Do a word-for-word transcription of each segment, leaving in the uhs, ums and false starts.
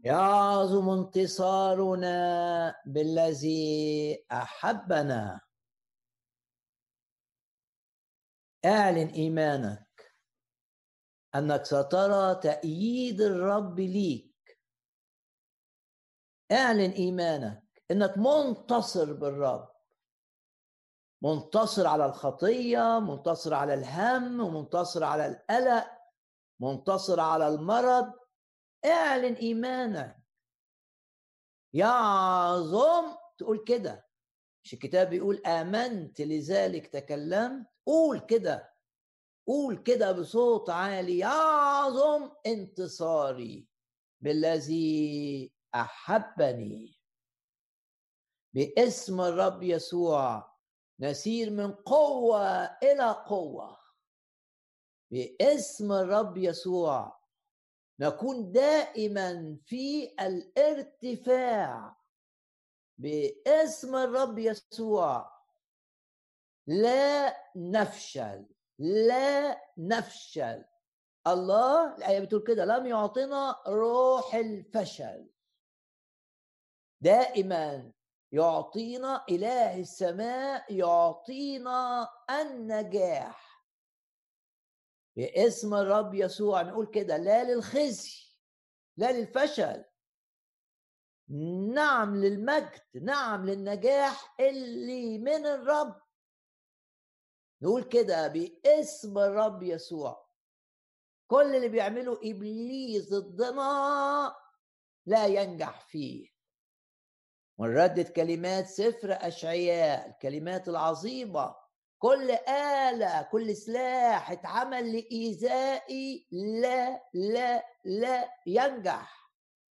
يعظم انتصارنا بالذي أحبنا. اعلن إيمانك أنك سترى تأييد الرب ليك. اعلن إيمانك أنك منتصر بالرب، منتصر على الخطية، منتصر على الهم، ومنتصر على القلق، منتصر على المرض. اعلن إيمانك. يعظم، تقول كده. مش الكتاب بيقول آمنت لذلك تكلمت؟ قول كده، قول كده بصوت عالي: يعظم انتصاري بالذي أحبني. باسم الرب يسوع نسير من قوة إلى قوة. باسم الرب يسوع نكون دائما في الارتفاع. باسم الرب يسوع لا نفشل، لا نفشل. الله، الآية بتقول كده: لم يعطينا روح الفشل. دائما يعطينا إله السماء، يعطينا النجاح. باسم الرب يسوع نقول كده: لا للخزي، لا للفشل، نعم للمجد، نعم للنجاح اللي من الرب. نقول كده باسم الرب يسوع: كل اللي بيعمله إبليس ضدنا لا ينجح فيه. ونردد كلمات سفر أشعياء، الكلمات العظيمة: كل آلة، كل سلاح اتعمل لإيذائي لا لا لا ينجح.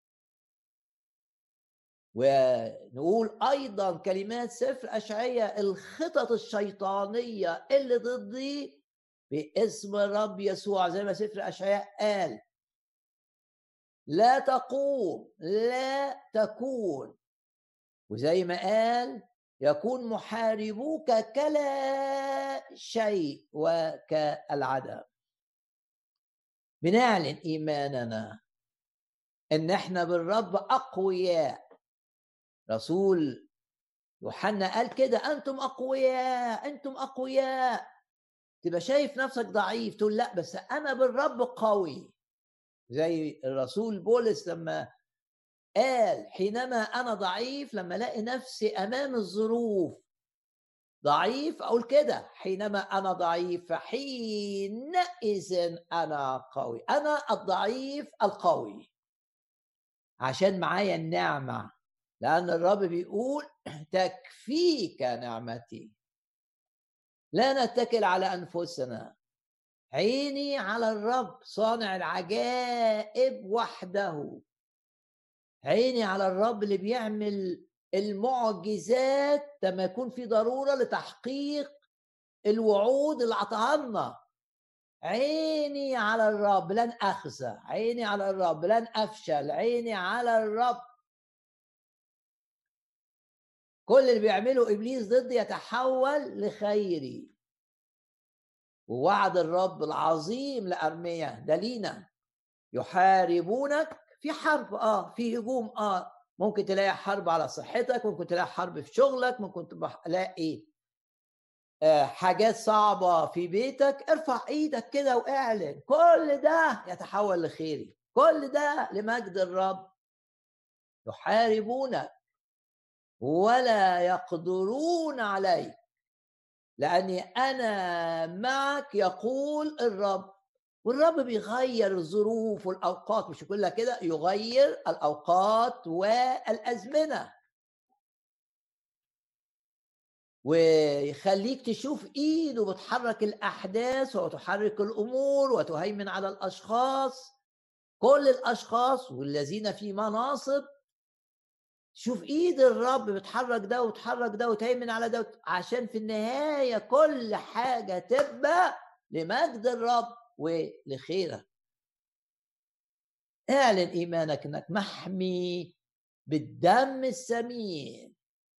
ونقول أيضا كلمات سفر أشعياء: الخطط الشيطانية اللي ضدي باسم الرب يسوع، زي ما سفر أشعياء قال: لا تقوم، لا تكون. وزي ما قال: يكون محاربوك كلا شيء وكالعدم. بنعلن إيماننا إن إحنا بالرب أقوياء. رسول يوحنا قال كده: أنتم أقوياء، أنتم أقوياء. تبقى شايف نفسك ضعيف، تقول لا بس أنا بالرب قوي. زي الرسول بولس لما قال: حينما أنا ضعيف، لما ألاقي نفسي أمام الظروف ضعيف، أقول كده: حينما أنا ضعيف فحينئذ أنا قوي. أنا الضعيف القوي عشان معايا النعمة، لأن الرب بيقول: تكفيك نعمتي. لا نتكل على أنفسنا، عيني على الرب صانع العجائب وحده. عيني على الرب اللي بيعمل المعجزات لما يكون في ضرورة لتحقيق الوعود اللي عطاها لنا. عيني على الرب لن أخزى، عيني على الرب لن أفشل، عيني على الرب. كل اللي بيعمله إبليس ضدي يتحول لخيري. ووعد الرب العظيم لأرميا ده لينا: يحاربونك في حرب، اه في هجوم، اه ممكن تلاقي حرب على صحتك، ممكن تلاقي حرب في شغلك، ممكن تلاقي آه حاجات صعبة في بيتك. ارفع ايدك كده واعلن: كل ده يتحول لخيري، كل ده لمجد الرب. يحاربونك ولا يقدرون عليك لأني أنا معك، يقول الرب. والرب بيغير الظروف والأوقات، مش يقول لك كده: يغير الأوقات والأزمنة، ويخليك تشوف إيده بتحرك الأحداث وتحرك الأمور وتهيمن على الأشخاص، كل الأشخاص والذين في مناصب. شوف ايد الرب بتحرك ده وتحرك ده وتهيمن على ده، عشان في النهاية كل حاجة تبقى لمجد الرب ولخيرك. اعلن ايمانك انك محمي بالدم الثمين.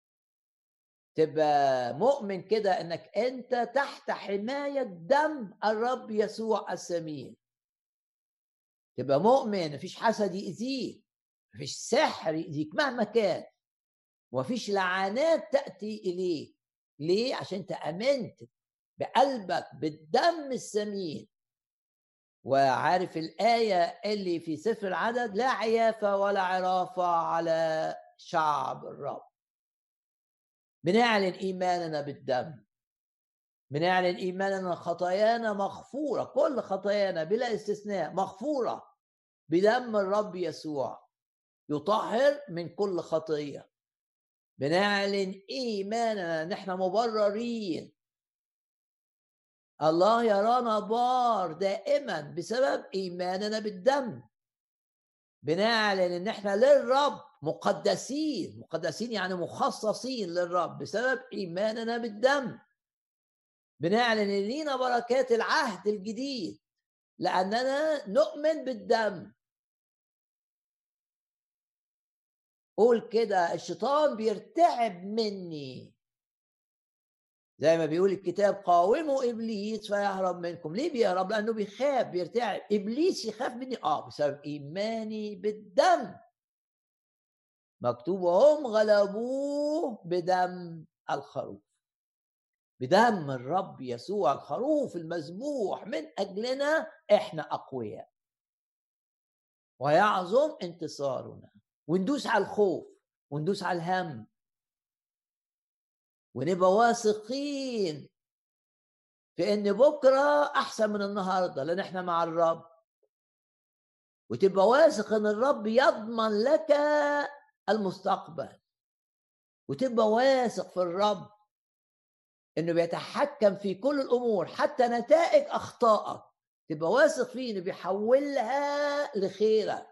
تبقى مؤمن كده انك انت تحت حماية دم الرب يسوع الثمين. تبقى مؤمن مفيش حسد يأذيك، مفيش سحر يأذيك مهما كان، ومفيش لعنات تأتي إليك. ليه؟ عشان أنت آمنت بقلبك بالدم الثمين. وعارف الآية اللي في سفر العدد: لا عيافة ولا عرافة على شعب الرب. بنعلن إيماننا بالدم، بنعلن إيماننا خطايانا مغفورة، كل خطايانا بلا استثناء مغفورة بدم الرب يسوع، يطهر من كل خطية. بنعلن إيماننا نحن مبررين، الله يرانا بار دائما بسبب إيماننا بالدم. بنعلن إن احنا للرب مقدسين، مقدسين يعني مخصصين للرب بسبب إيماننا بالدم. بنعلن إن لينا بركات العهد الجديد لأننا نؤمن بالدم. قول كده: الشيطان بيرتعب مني، زي ما بيقول الكتاب: قاوموا إبليس فيهرب منكم. ليه بيهرب؟ لأنه بيخاف، بيرتعب. إبليس يخاف مني آه بسبب إيماني بالدم. مكتوب: وهم غلبوه بدم الخروف. بدم الرب يسوع الخروف المذبوح من أجلنا إحنا أقوياء، ويعظم انتصارنا. وندوس على الخوف وندوس على الهم، ونبقى واثقين في ان بكره احسن من النهارده لان احنا مع الرب. وتبقى واثق ان الرب يضمن لك المستقبل، وتبقى واثق في الرب انه بيتحكم في كل الامور حتى نتائج اخطائك. تبقى واثق فيه انه بيحولها لخيرك.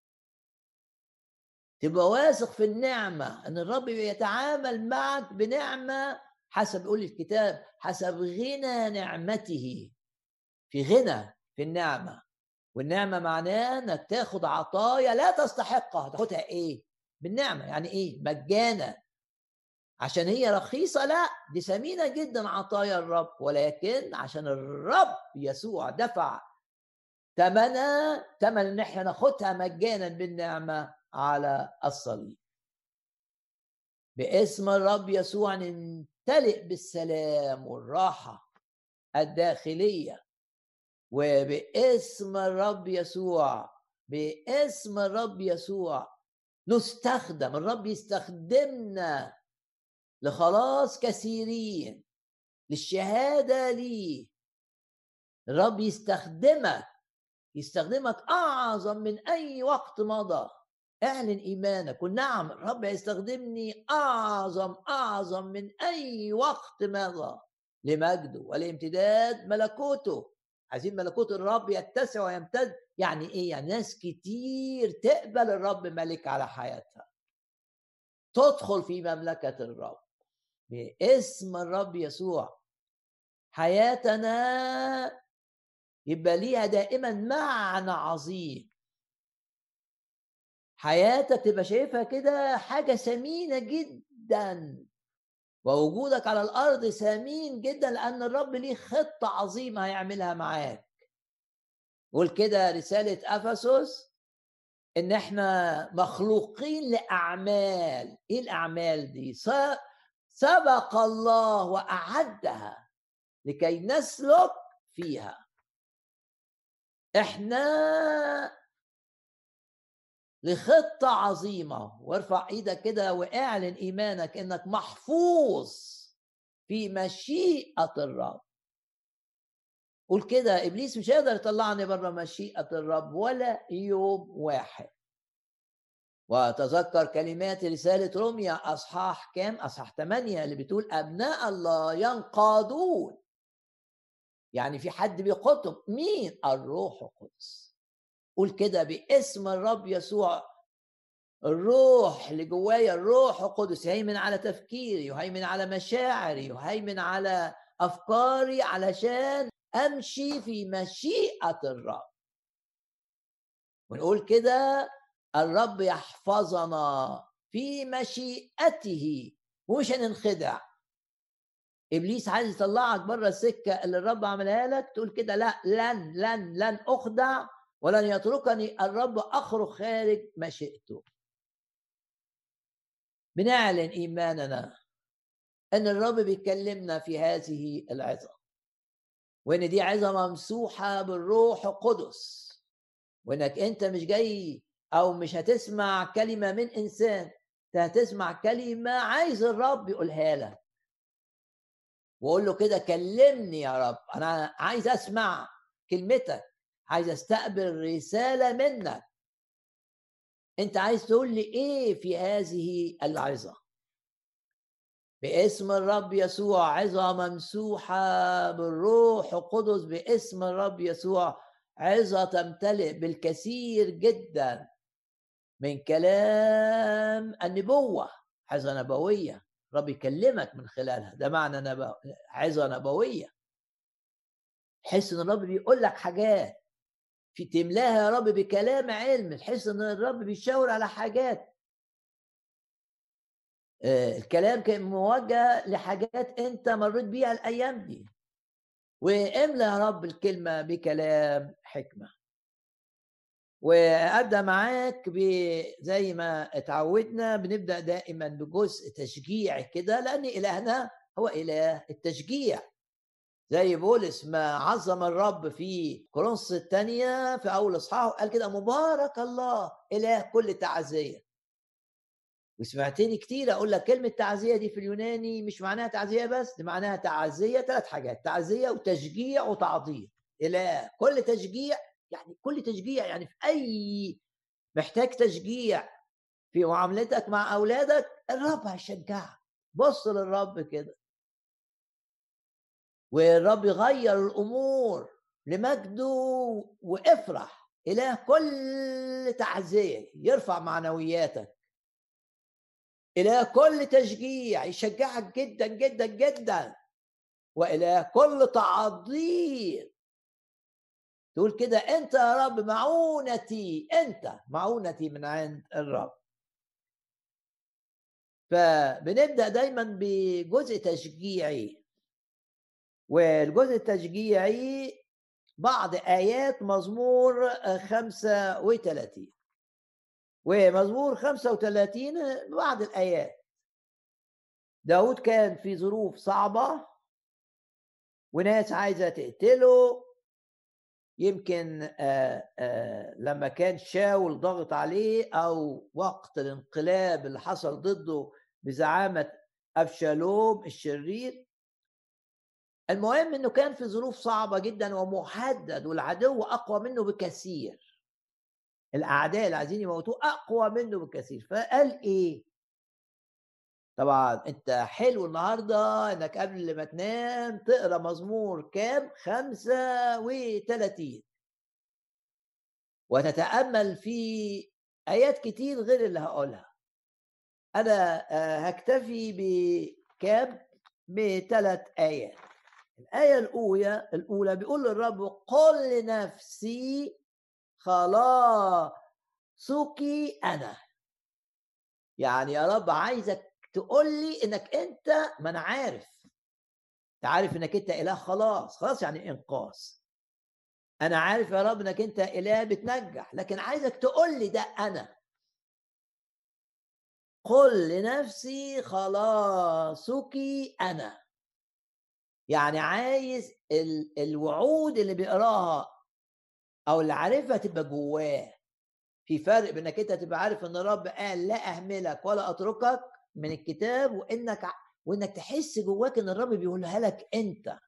تبقى واثق في النعمه ان الرب بيتعامل معك بنعمه حسب، يقول الكتاب، حسب غنى نعمته. في غنى في النعمه، والنعمه معناه انك تاخد عطايا لا تستحقها. تاخدها ايه؟ بالنعمه. يعني ايه؟ مجانا. عشان هي رخيصه؟ لا، دي ثمينه جدا عطايا الرب، ولكن عشان الرب يسوع دفع ثمنها، ثمن ان احنا ناخدها مجانا بالنعمه على الصليب. باسم الرب يسوع نمتلئ بالسلام والراحه الداخليه. وباسم الرب يسوع، باسم الرب يسوع نستخدم، الرب يستخدمنا لخلاص كثيرين، للشهادة ليه. الرب يستخدمك، يستخدمك أعظم من أي وقت مضى. اعلن إيمانك ونعم الرب يستخدمني أعظم أعظم من أي وقت مضى لمجده ولامتداد ملكوته. عايزين ملكوت الرب يتسع ويمتد. يعني ايه؟ يعني ناس كتير تقبل الرب ملك على حياتها، تدخل في مملكة الرب باسم الرب يسوع. حياتنا يبقى ليها دائما معنى عظيم. حياتك تبقى شايفها كده حاجة ثمينة جدا، ووجودك على الأرض ثمين جدا لأن الرب ليه خطة عظيمة هيعملها معاك. قول كده رسالة أفسس إن إحنا مخلوقين لأعمال. إيه الأعمال دي؟ سبق الله وأعدها لكي نسلك فيها. إحنا لخطة عظيمة. وارفع إيدك كده واعلن إيمانك إنك محفوظ في مشيئة الرب. قول كده: إبليس مش هيقدر يطلعني بره مشيئة الرب ولا يوم واحد. وتذكر كلمات رسالة روميا أصحاح كام؟ أصحاح ثمانية، اللي بتقول: أبناء الله ينقادون. يعني في حد بيقودهم. مين؟ الروح القدس. قول كده: باسم الرب يسوع الروح اللي جوايا، الروح القدس يهيمن على تفكيري، يهيمن على مشاعري، يهيمن على أفكاري علشان أمشي في مشيئة الرب. ونقول كده: الرب يحفظنا في مشيئته ومش هننخدع. إبليس عايز يطلعك بره السكة اللي الرب عملها لك، تقول كده: لا، لن لن لن أخدع ولن يتركني الرب أخرج خارج مشيئته. بنعلن إيماننا أن الرب بيكلمنا في هذه العظة، وإن دي عظة ممسوحة بالروح القدس، وإنك أنت مش جاي أو مش هتسمع كلمة من إنسان، هتسمع كلمة عايز الرب يقولها لك، وقول له كده كلمني يا رب، أنا عايز أسمع كلمتك، عايز أستقبل رسالة منك، أنت عايز تقول لي إيه في هذه العظة؟ باسم الرب يسوع، عظة ممسوحة بالروح القدس، باسم الرب يسوع، عظة تمتلئ بالكثير جدا من كلام النبوة، عظة نبوية رب يكلمك من خلالها، ده معنى نبو... عظة نبوية، تحس ان الرب بيقول لك حاجات، في تملاها يا رب بكلام علم، تحس ان الرب بيشاور على حاجات، آه الكلام كان موجه لحاجات انت مريت بيها الايام دي، واملى يا رب الكلمة بكلام حكمة. وأبدأ معاك زي ما اتعودنا، بنبدأ دائما بجزء تشجيعي كده، لأن إلهنا هو إله التشجيع، زي بولس ما عظم الرب في كورنثوس الثانية في أول إصحاح قال كده مبارك الله إله كل تعزية. وسمعتني كتير أقول لك كلمة تعزية دي في اليوناني مش معناها تعزية بس، دي معناها تعزية ثلاث حاجات، تعزية وتشجيع وتعظيم. إله كل تشجيع، يعني كل تشجيع، يعني في أي محتاج تشجيع في معاملتك مع أولادك الرب هيشجعك، بص للرب كده، والرب يغير الأمور لمجده، وافرح. إله كل تعزية يرفع معنوياتك، إله كل تشجيع يشجعك جدا جدا جدا، وإله كل تعظيم تقول كده أنت يا رب معونتي، أنت معونتي من عند الرب. فبنبدأ دايما بجزء تشجيعي، والجزء التشجيعي بعض آيات مزمور خمسة وثلاثين، ومزمور خمسة وثلاثين بعض الآيات. داود كان في ظروف صعبة وناس عايزة تقتله، يمكن آآ آآ لما كان شاول ضغط عليه، أو وقت الانقلاب اللي حصل ضده بزعامة أبشالوم الشرير. المهم إنه كان في ظروف صعبة جدا ومهدد، والعدو أقوى منه بكثير، الأعداء اللي عايزين يموتوه أقوى منه بكثير. فقال إيه؟ طبعا أنت حلو النهاردة إنك قبل ما تنام تقرأ مزمور كام؟ خمسة وثلاثين، وتتأمل في آيات كتير غير اللي هقولها. أنا هكتفي بكام؟ بثلاث آيات. الآية الأولى الأولى بيقول للرب قل لنفسي خلاصك أنا، يعني يا رب عايزك تقول لي إنك أنت، ما أنا عارف، أنت عارف إنك أنت إله خلاص، خلاص يعني إنقاذ، أنا عارف يا رب إنك أنت إله بتنجح، لكن عايزك تقول لي ده أنا. قل لنفسي خلاصك أنا، يعني عايز ال... الوعود اللي بيقراها او اللي عارفها تبقى جواه. في فرق بينك انت تبقى عارف ان الرب قال لا اهملك ولا اتركك من الكتاب، وانك وانك تحس جواك ان الرب بيقولها لك انت.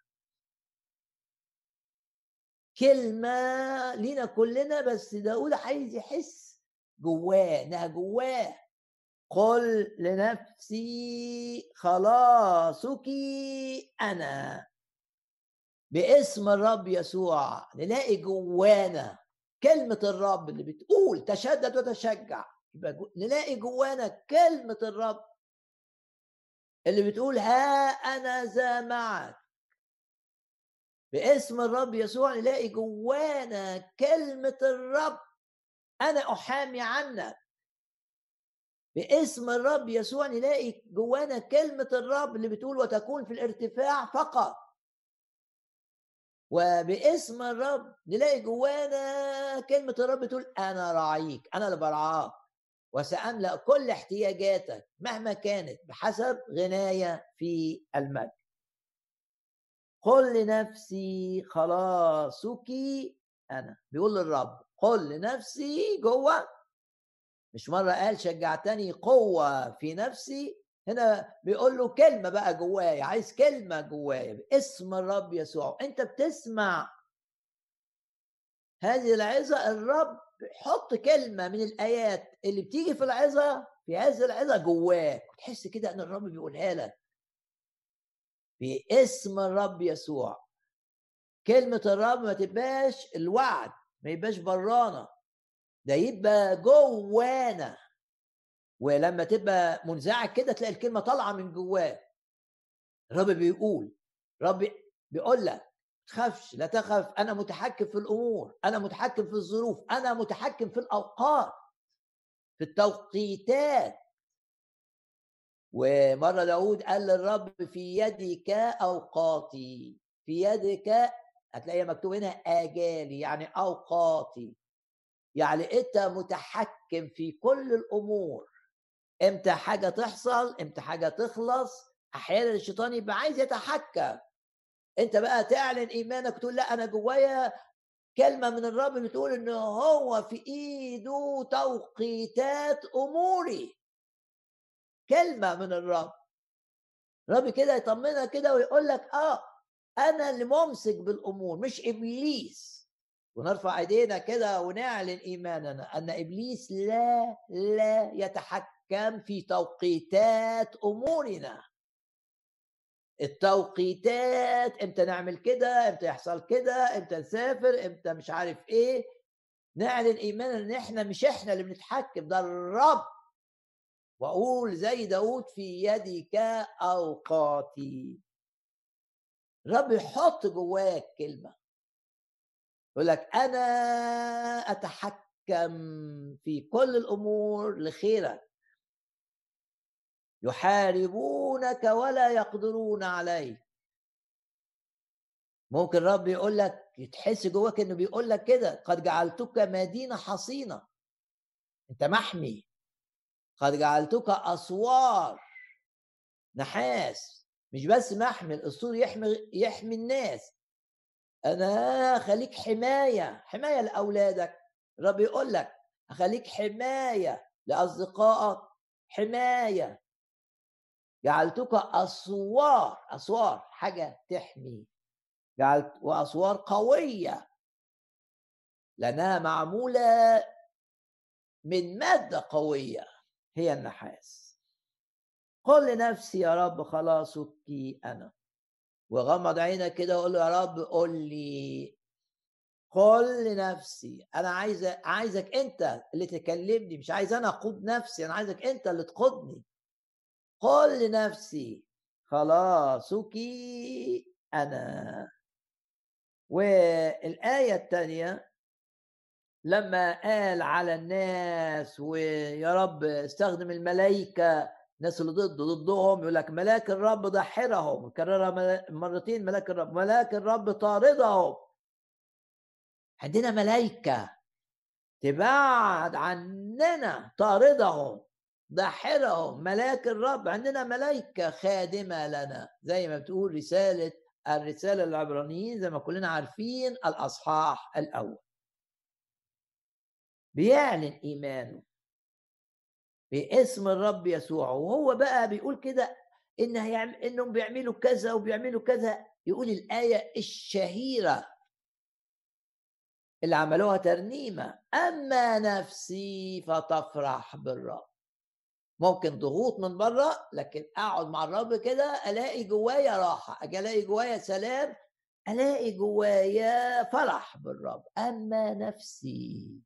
كلمه لينا كلنا، بس داود عايز يحس جواه انها جواه. قل لنفسي خلاصك انا، باسم الرب يسوع نلاقي جوانا كلمة الرب اللي بتقول تشدد وتشجع، يبقى جو... نلاقي جوانا كلمة الرب اللي بتقول ها أنا ذا معك. باسم الرب يسوع نلاقي جوانا كلمة الرب أنا أحامي عنك. باسم الرب يسوع نلاقي جوانا كلمة الرب اللي بتقول وتكون في الارتفاع فقط. وباسم الرب نلاقي جوانا كلمة الرب تقول أنا راعيك، أنا اللي برعاك. وسأملأ كل احتياجاتك مهما كانت بحسب غناية في المجد. قل لنفسي خلاصك أنا، بيقول للرب قل لنفسي جوه، مش مرة قال شجعتني قوة في نفسي، هنا بيقول له كلمة بقى جوايا، عايز كلمة جوايا باسم الرب يسوع. انت بتسمع هذه العظة، الرب حط كلمة من الآيات اللي بتيجي في العظة في هذه العظة جواك، تحس كده ان الرب بيقولها لك باسم الرب يسوع. كلمة الرب ما تبقاش الوعد، ما يبقاش برانا، ده يبقى جوانا. ولما تبقى منزعج كده تلاقي الكلمة طالعة من جواك. الرب بيقول، رب بيقول لك تخافش، لا تخف، أنا متحكم في الأمور، أنا متحكم في الظروف، أنا متحكم في الأوقات، في التوقيتات. ومرة داود قال للرب في يدك أوقاتي، في يدك، هتلاقيها مكتوب هنا آجالي، يعني أوقاتي، يعني أنت متحكم في كل الأمور. امتى حاجة تحصل، امتى حاجة تخلص. أحيانا الشيطان يبقى عايز يتحكم، انت بقى تعلن ايمانك وتقول لا، انا جوايا كلمه من الرب بتقول ان هو في ايده توقيتات اموري. كلمه من الرب، الرب كده يطمنك كده ويقول لك اه انا اللي ممسك بالامور مش ابليس. ونرفع ايدينا كده ونعلن ايماننا ان ابليس لا لا يتحكم في توقيتات امورنا. التوقيتات، امتى نعمل كده، امتى يحصل كده، امتى نسافر، امتى مش عارف ايه، نعلن ايماننا ان احنا مش احنا اللي بنتحكم، ده الرب. واقول زي داود في يدك اوقاتي. الرب يحط جواك كلمه يقول لك انا اتحكم في كل الامور لخيرك، يحاربونك ولا يقدرون عليك. ممكن الرب يقول لك، تحس جواك انه بيقول لك كده قد جعلتك مدينه حصينه، انت محمي. قد جعلتك اسوار نحاس، مش بس محمي الاسطول، يحمي يحمي الناس. انا خليك حمايه، حمايه لاولادك. الرب يقول لك اخليك حمايه لاصدقائك، حمايه. جعلتك اسوار، اسوار حاجه تحمي، جعلت واسوار قويه لانها معموله من ماده قويه هي النحاس. قل لنفسي يا رب خلاصك انا، وغمض عينك كده وقول له يا رب قول لي. قل لنفسي، انا عايز عايزك انت اللي تكلمني، مش عايز انا اقود نفسي، انا عايزك انت اللي تقودني. قل لنفسي خلاصك انا. والآية الثانية لما قال على الناس ويا رب استخدم الملائكة، الناس اللي ضد ضدهم، يقول لك ملاك الرب ضحرهم، كررها مرتين، ملاك الرب، ملاك الرب طاردهم. عندنا ملائكة تبعد عننا، طاردهم ضحرهم، ملاك الرب. عندنا ملائكة خادمة لنا، زي ما بتقول رسالة الرسالة العبرانيين، زي ما كلنا عارفين الأصحاح الأول، بيعلن إيمانه باسم الرب يسوع. وهو بقى بيقول كده إن هيعمل، إنهم بيعملوا كذا وبيعملوا كذا. يقول الآية الشهيرة اللي عملوها ترنيمة، أما نفسي فتفرح بالرب. ممكن ضغوط من بره، لكن أقعد مع الرب كده ألاقي جوايا راحة، أجي ألاقي جوايا سلام، ألاقي جوايا فرح بالرب. أما نفسي،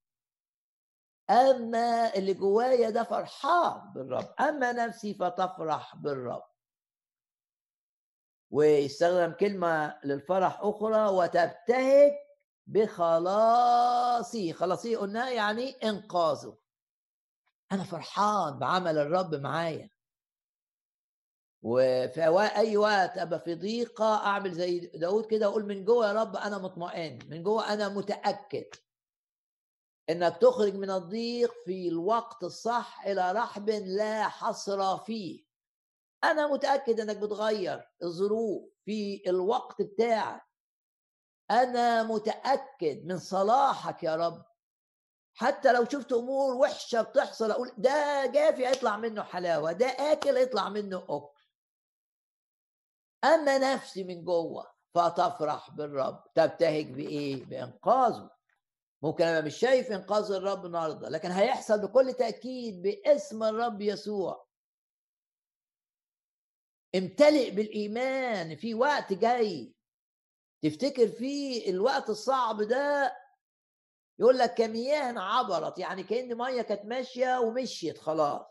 أما اللي جوايا ده فرحان بالرب، أما نفسي فتفرح بالرب. ويستخدم كلمة للفرح أخرى، وتبتهج بخلاصي. خلاصي قلنا يعني إنقاذه. أنا فرحان بعمل الرب معايا، وفي أي وقت أبقى في ضيقة أعمل زي داود كده، أقول من جوه يا رب أنا مطمئن، من جوه أنا متأكد انك تخرج من الضيق في الوقت الصح الى رحب لا حصر فيه. انا متاكد انك بتغير الظروف في الوقت بتاعك. انا متاكد من صلاحك يا رب. حتى لو شفت امور وحشه بتحصل اقول ده جافي يطلع منه حلاوه، ده اكل يطلع منه اكل. اما نفسي من جوه فتفرح بالرب. تبتهج بايه؟ بانقاذه. ممكن ابقى مش شايف انقاذ الرب النهارده، لكن هيحصل بكل تاكيد باسم الرب يسوع. امتلئ بالايمان في وقت جاي تفتكر فيه الوقت الصعب ده، يقول لك كمياه عبرت، يعني كأن ميه كانت ماشيه ومشيت خلاص.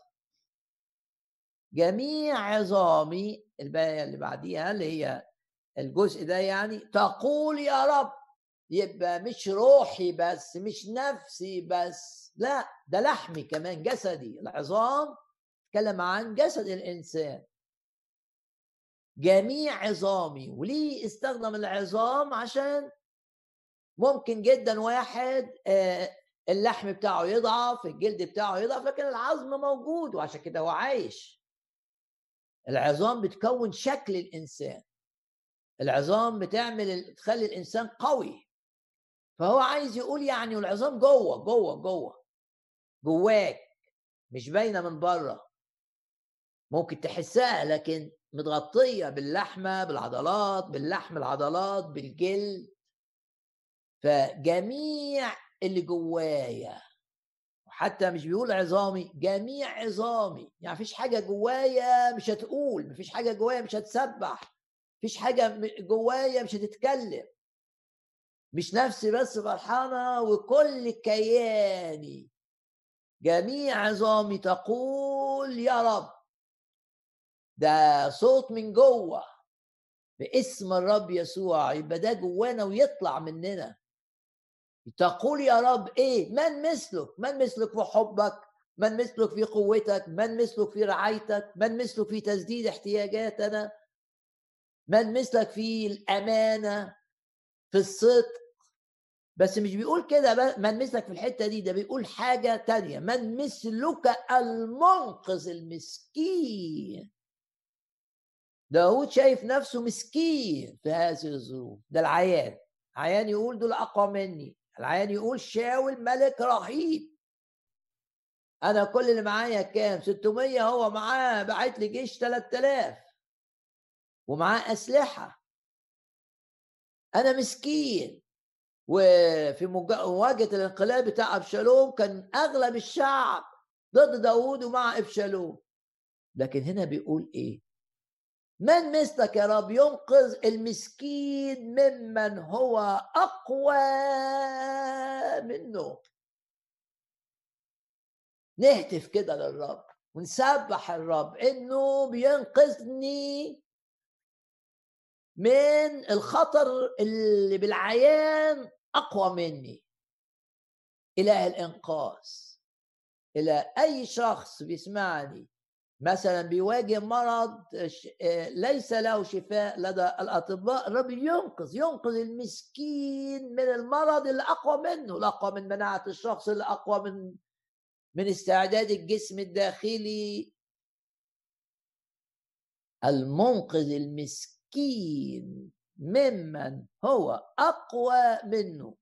جميع عظامي، الباقيه اللي بعديها اللي هي الجزء ده، يعني تقول يا رب. يبقى مش روحي بس، مش نفسي بس، لا ده لحمي كمان، جسدي. العظام تكلم عن جسد الانسان. جميع عظامي. وليه استخدم العظام؟ عشان ممكن جدا واحد اللحم بتاعه يضعف، الجلد بتاعه يضعف، لكن العظم موجود وعشان كده هو عايش. العظام بتكون شكل الانسان. العظام بتعمل تخلي الانسان قوي. فهو عايز يقول يعني العظام جوه جوه جوه جواك، مش باينه من بره، ممكن تحسها لكن متغطيه باللحمه، بالعضلات، باللحم، العضلات، بالجلد. فجميع اللي جوايا، حتى مش بيقول عظامي، جميع عظامي، يعني مفيش حاجه جوايا مش هتقول، مفيش حاجه جوايا مش هتسبح، مفيش حاجه جوايا مش هتتكلم. مش نفسي بس فرحانه، وكل كياني، جميع عظامي تقول يا رب. ده صوت من جوه باسم الرب يسوع. يبقى ده جوانا ويطلع مننا. تقول يا رب ايه؟ من مثلك؟ من مثلك في حبك؟ من مثلك في قوتك؟ من مثلك في رعايتك؟ من مثلك في تسديد احتياجاتنا؟ من مثلك في الامانه، في الصدق؟ بس مش بيقول كده من مثلك في الحته دي، ده بيقول حاجه تانية. من مثلك المنقذ المسكين. داود شايف نفسه مسكين في هذه الظروف. ده العيان. عيان يقول دول اقوى مني. العيان يقول شاول ملك رهيب، انا كل اللي معايا كام؟ ستمية، هو معاه بعت لي جيش ثلاثة آلاف ومعاه اسلحه. انا مسكين. وفي مواجهه الانقلاب بتاع ابشالوم كان اغلب الشعب ضد داود ومع ابشالوم. لكن هنا بيقول ايه؟ من مثلك يا رب ينقذ المسكين ممن هو اقوى منه. نهتف كده للرب ونسبح الرب انه بينقذني من الخطر اللي بالعيان اقوى مني. اله الانقاذ. الى اي شخص بيسمعني مثلا بيواجه مرض ليس له شفاء لدى الاطباء، الرب ينقذ ينقذ المسكين من المرض اللي اقوى منه، الاقوى من مناعه الشخص، اللي اقوى من من استعداد الجسم الداخلي. المنقذ المسكين ممن هو اقوى منه.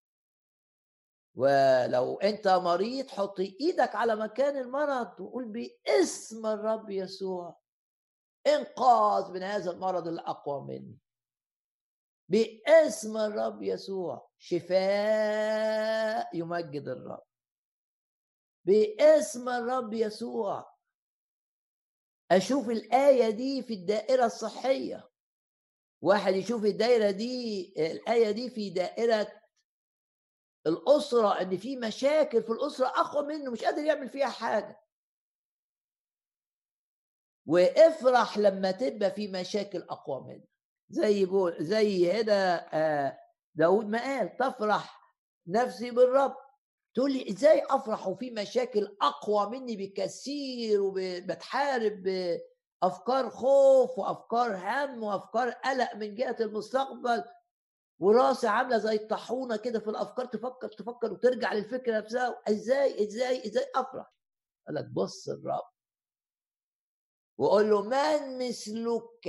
ولو انت مريض حط ايدك على مكان المرض وقول باسم الرب يسوع انقاذ من هذا المرض الاقوى مني. باسم الرب يسوع شفاء يمجد الرب. باسم الرب يسوع. اشوف الايه دي في الدائره الصحيه. واحد يشوف الدائره دي الايه دي في دائره الاسره، ان في مشاكل في الاسره اقوى منه مش قادر يعمل فيها حاجه. وافرح لما تبقى في مشاكل اقوى منك. زي بول زي هنا داود ما قال تفرح نفسي بالرب. تقول لي ازاي افرح وفي مشاكل اقوى مني بكثير وبتحارب بافكار خوف وافكار هم وافكار قلق من جهه المستقبل وراسي عامله زي الطاحونه كده في الافكار، تفكر تفكر وترجع للفكره نفسها. ازاي ازاي ازاي افرح؟ قال لك بص الرب وقول له من مثلك،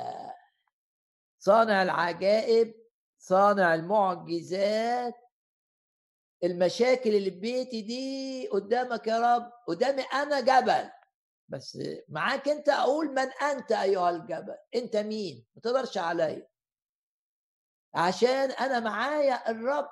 صانع العجائب، صانع المعجزات. المشاكل اللي في بيتي دي قدامك يا رب، قدامي انا جبل، بس معاك انت اقول من انت ايها الجبل، انت مين؟ ما تقدرش عليا عشان انا معايا الرب.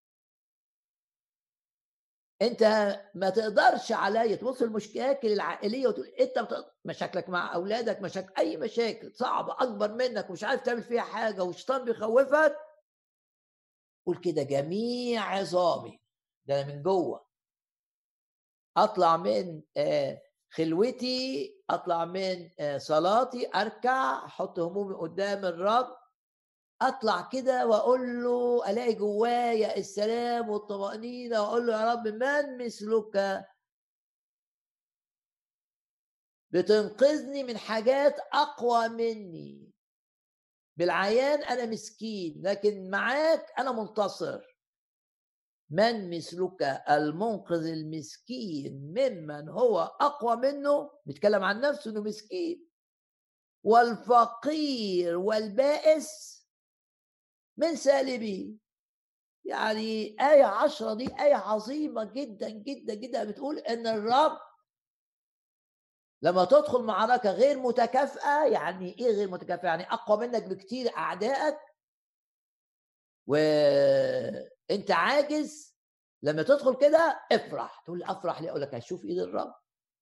انت ما تقدرش عليا. تبص المشاكل العائليه وتقول انت بتقدر. مشاكلك مع اولادك، مشاكل اي مشاكل صعبه اكبر منك ومش عارف تعمل فيها حاجه والشيطان بيخوفك، قول كده جميع عظامي، ده انا من جوه اطلع من آه خلوتي، اطلع من آه صلاتي، اركع احط همومي قدام الرب، اطلع كده واقول له، الاقي جوايا السلام والطمأنينة، واقول له يا رب من مثلك، بتنقذني من حاجات اقوى مني. بالعيان انا مسكين لكن معاك انا منتصر. من مثلك المنقذ المسكين ممن هو اقوى منه، بيتكلم عن نفسه انه مسكين، والفقير والبائس من سالبي. يعني آية عشرة دي آية عظيمة جدا جدا جدا، بتقول إن الرب لما تدخل معركة غير متكافئة. يعني إيه غير متكافئة؟ يعني أقوى منك بكتير أعدائك وأنت عاجز، لما تدخل كده افرح. تقول لي أفرح ليه؟ أقول لك هشوف إيد الرب.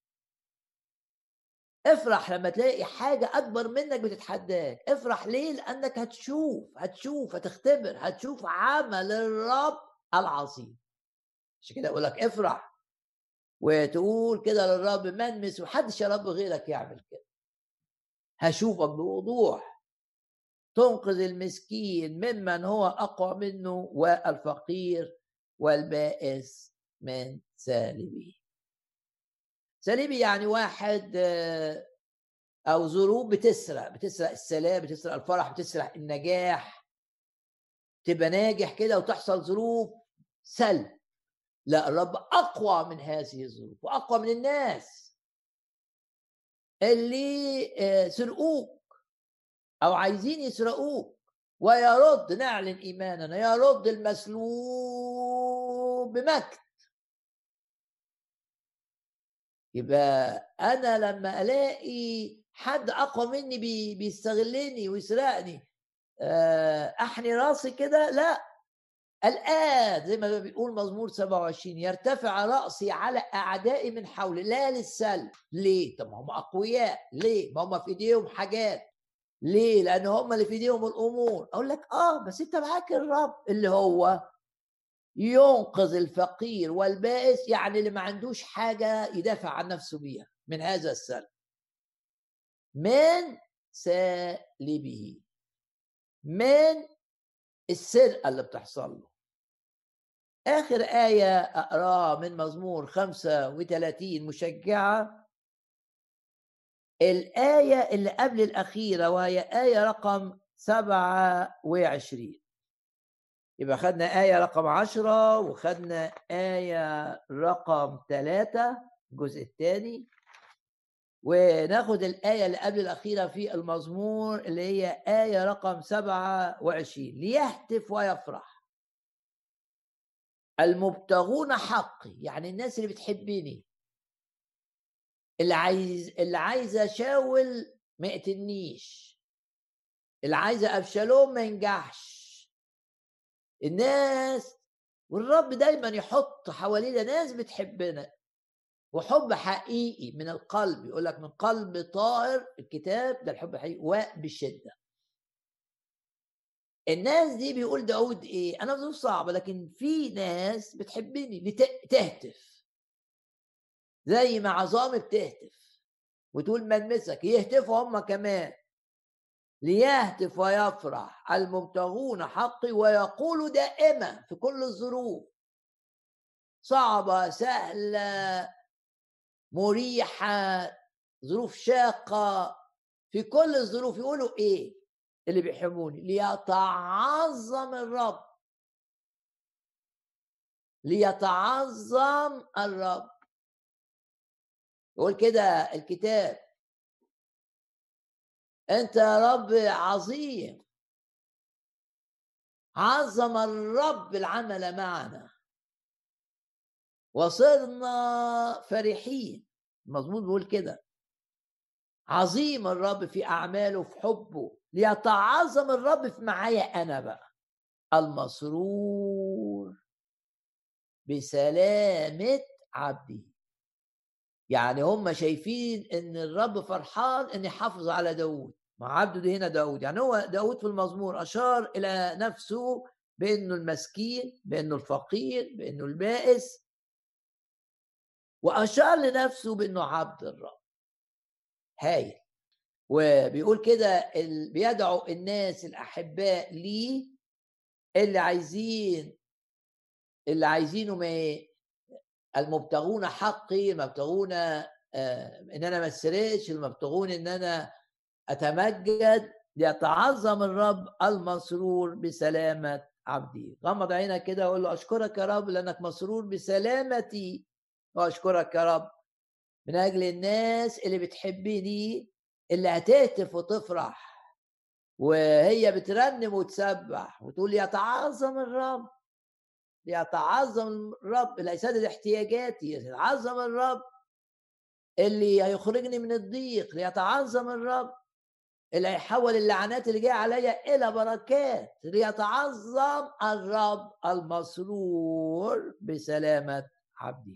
افرح لما تلاقي حاجة أكبر منك بتتحداك. افرح ليه؟ لأنك هتشوف هتشوف هتختبر هتشوف عمل الرب العظيم. عشان كده أقول لك افرح وتقول كده للرب من مثل، محدش يا رب غيرك يعمل كده. هشوفك بوضوح تنقذ المسكين ممن هو أقوى منه، والفقير والبائس من سالبه. سالبي يعني واحد أو ظروف بتسرق بتسرق السلام، بتسرق الفرح، بتسرق النجاح. تبقى ناجح كده وتحصل ظروف سلب. لا، الرب أقوى من هذه الظروف وأقوى من الناس اللي سرقوك أو عايزين يسرقوك، ويرد. نعلن إيماننا يرد المسلوب بمجد. يبقى أنا لما ألاقي حد أقوى مني بيستغلني ويسرقني، أحني راسي كده؟ لا، الآن زي ما بيقول مزمور سبعة وعشرين، يرتفع رأسي على أعدائي من حولي لا للسلب. ليه؟ طب ما هم أقوياء. ليه؟ ما هم في إيديهم حاجات. ليه؟ لأن هم اللي في إيديهم الأمور. أقول لك آه بس أنت معاك الرب اللي هو ينقذ الفقير والبائس، يعني اللي ما عندوش حاجة يدافع عن نفسه بيها من هذا السلب، من سالبه، من السرقة اللي بتحصل له. آخر آية أقرأ من مزمور خمسة وثلاثين مشجعة، الآية اللي قبل الأخيرة، وهي آية رقم سبعة وعشرين. يبقى خدنا آية رقم عشرة وخدنا آية رقم ثلاثة الجزء الثاني، وناخد الآية اللي قبل الأخيرة في المزمور اللي هي آية رقم سبعة وعشرين. ليهتف ويفرح المبتغون حقي، يعني الناس اللي بتحبني، اللي عايز اللي عايزه شاول ما يقتلنيش، اللي عايزه ابشالوم ما ينجحش. الناس والرب دايما يحط حوالينا ناس بتحبنا وحب حقيقي من القلب. يقول لك من قلب طائر الكتاب ده الحب حقيقي وبشده. الناس دي بيقول داود ايه؟ انا ظروف صعبه لكن في ناس بتحبني لتهتف زي ما عظامي بتهتف وتقول من مسك، يهتفوا هم كمان. ليهتف ويفرح المبتغون حقي ويقول دائما في كل الظروف، صعبة سهلة مريحة ظروف شاقة، في كل الظروف يقولوا ايه؟ اللي بيحبوني ليتعظم الرب، ليتعظم الرب. يقول كده الكتاب: انت يا رب عظيم، عظم الرب العمل معنا وصرنا فرحين. مظبوط بيقول كده: عظيم الرب في أعماله في حبه، ليتعظم الرب في معايا أنا بقى المسرور بسلامة عبدي. يعني هم شايفين ان الرب فرحان ان يحافظ على داود، مع عبده ده هنا داود. يعني هو داود في المزمور أشار إلى نفسه بأنه المسكين، بأنه الفقير، بأنه البائس، وأشار لنفسه بأنه عبد الرب. هايل. وبيقول كده ال- بيدعو الناس الأحباء ليه، اللي عايزين اللي عايزينه ما إيه؟ المبتغون حقي، المبتغون آه ان انا ما اسرقش، المبتغون ان انا اتمجد، ليتعظم الرب المسرور بسلامة عبدي. غمض عينك كده وقول له: اشكرك يا رب لانك مسرور بسلامتي، واشكرك يا رب من اجل الناس اللي بتحبني، اللي هتهتف وتفرح وهي بترنم وتسبح وتقول: يتعظم الرب، يتعظم الرب اللي هيسدد احتياجاتي، يتعظم الرب اللي هيخرجني من الضيق، ليتعظم الرب اللي هيحول اللعنات اللي جايه عليا الى بركات، ليتعظم الرب المسرور بسلامة عبدي.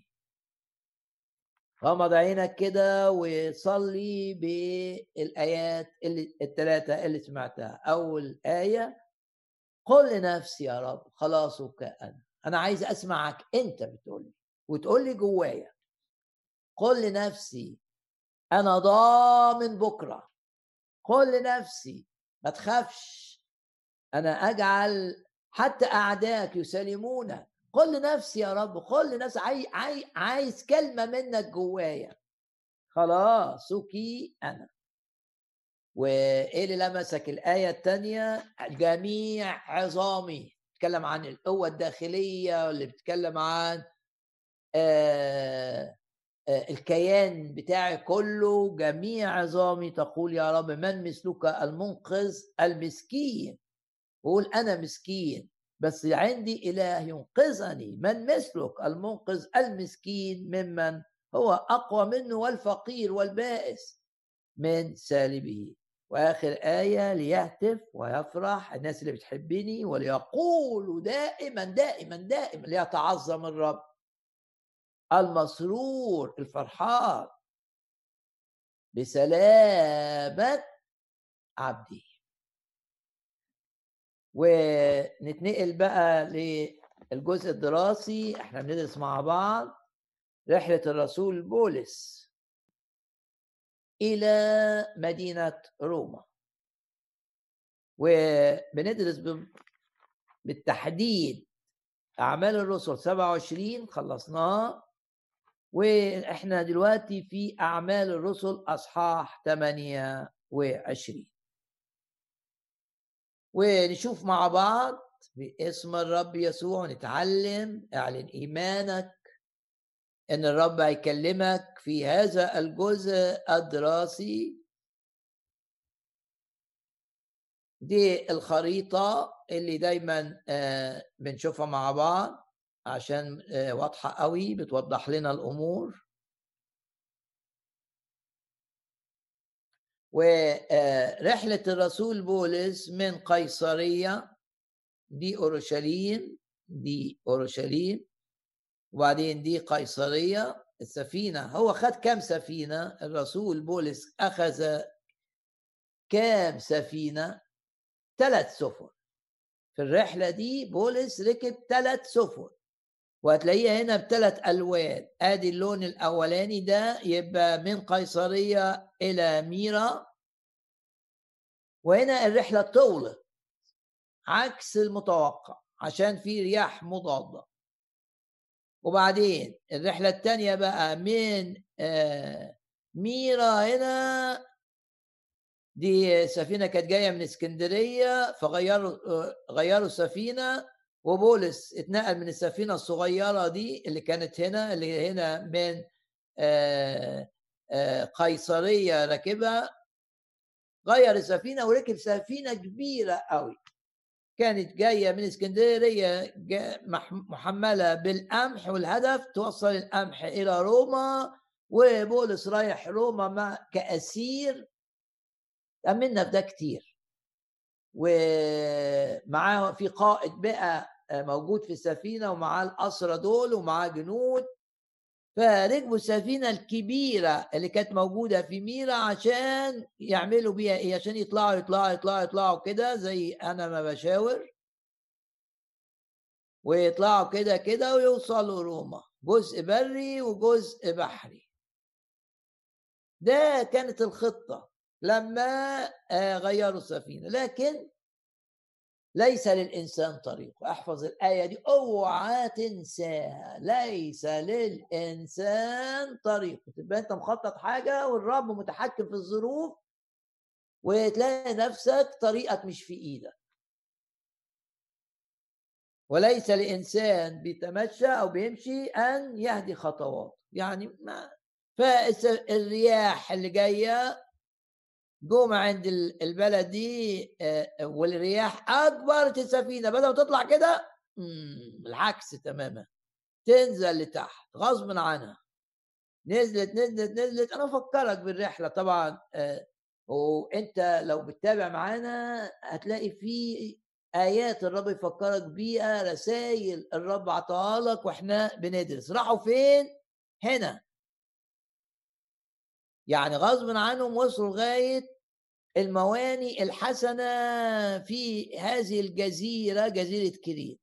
غمض عينك كده وصلي بالآيات اللي الثلاثة اللي سمعتها. أول آية: قل لنفسي يا رب خلاصك أنا. أنا عايز أسمعك أنت بتقولي وتقولي جوايا: قل لنفسي أنا ضامن بكرة. قل لنفسي ما تخافش، أنا أجعل حتى أعداءك يسلمونك. قل لنفسي يا رب، قل لنفسي، عاي... عاي... عايز كلمة منك جوايا: خلاصك أنا. وإيه اللي لمسك؟ الآية الثانية: جميع عظامي، بتتكلم عن القوة الداخلية، واللي بتتكلم عن آه آه الكيان بتاعي كله. جميع عظامي تقول يا رب: من مثلك المنقذ المسكين. قول: أنا مسكين بس عندي إله ينقذني. من مثلك المنقذ المسكين ممن هو أقوى منه، والفقير والبائس من سالبه. وآخر آية: ليهتف ويفرح الناس اللي بتحبني، وليقولوا دائما دائما دائما: ليتعظم الرب المسرور الفرحان بسلامة عبدي. ونتنقل بقى للجزء الدراسي. احنا بندرس مع بعض رحلة الرسول بولس إلى مدينة روما، وبندرس بالتحديد أعمال الرسل سبعة وعشرين خلصناه، وإحنا دلوقتي في أعمال الرسل أصحاح ثمانية وعشرين. ونشوف مع بعض باسم الرب يسوع، نتعلم. اعلن إيمانك إن الرب هيكلمك في هذا الجزء الدراسي. دي الخريطة اللي دايما بنشوفها مع بعض عشان واضحة قوي، بتوضح لنا الأمور. ورحلة الرسول بولس من قيصرية، دي أورشليم، دي أورشليم، وبعدين دي قيصرية. السفينة، هو خد كام سفينة الرسول بولس؟ أخذ كام سفينة؟ ثلاث سفن. في الرحلة دي بولس ركب ثلاث سفن، وهتلاقيها هنا بثلاث ألوان. آدي اللون الأولاني ده يبقى من قيصرية إلى ميرا، وهنا الرحلة طولت عكس المتوقع عشان في رياح مضادة. وبعدين الرحلة الثانية بقى من ميرا هنا دي سفينة كانت جاية من اسكندرية، فغيروا غيروا السفينة، وبولس اتنقل من السفينة الصغيرة دي اللي كانت هنا، اللي هنا من آه، آه، قيصرية راكبها، غير السفينة وركب سفينة كبيرة قوي كانت جاية من اسكندرية محملة بالقمح، والهدف توصل القمح إلى روما، وبولس رايح روما مع كأسير. أمنا في ده كتير، ومعاه في قائد بقى موجود في السفينة، ومعاه الأسرى دول، ومعاه جنود. فركبوا السفينة الكبيرة اللي كانت موجودة في ميرا عشان يعملوا بيها إيه؟ عشان يطلعوا يطلعوا يطلعوا يطلعوا كده زي أنا ما بشاور، ويطلعوا كده كده ويوصلوا روما، جزء بري وجزء بحري. ده كانت الخطة لما غيروا السفينة. لكن ليس للإنسان طريق، احفظ الآية دي اوعى تنساها، ليس للإنسان طريق. تبقى انت مخطط حاجة والرب متحكم في الظروف، وتلاقي نفسك طريقك مش في ايدك. وليس لإنسان بيتمشى أو بيمشي أن يهدي خطوات، يعني ما. فالرياح اللي جاية جم عند البلد دي، والرياح أكبرت السفينة، بدأوا تطلع كده العكس تماما، تنزل لتحت غصب عنها. نزلت نزلت نزلت. أنا أفكرك بالرحلة طبعا، وأنت لو بتتابع معانا هتلاقي في آيات الرب يفكرك بيها، رسائل الرب عطاها لك وإحنا بندرس. راحوا فين؟ هنا، يعني غصب عنهم وصلوا لغاية الموانئ الحسنة في هذه الجزيرة، جزيرة كريت،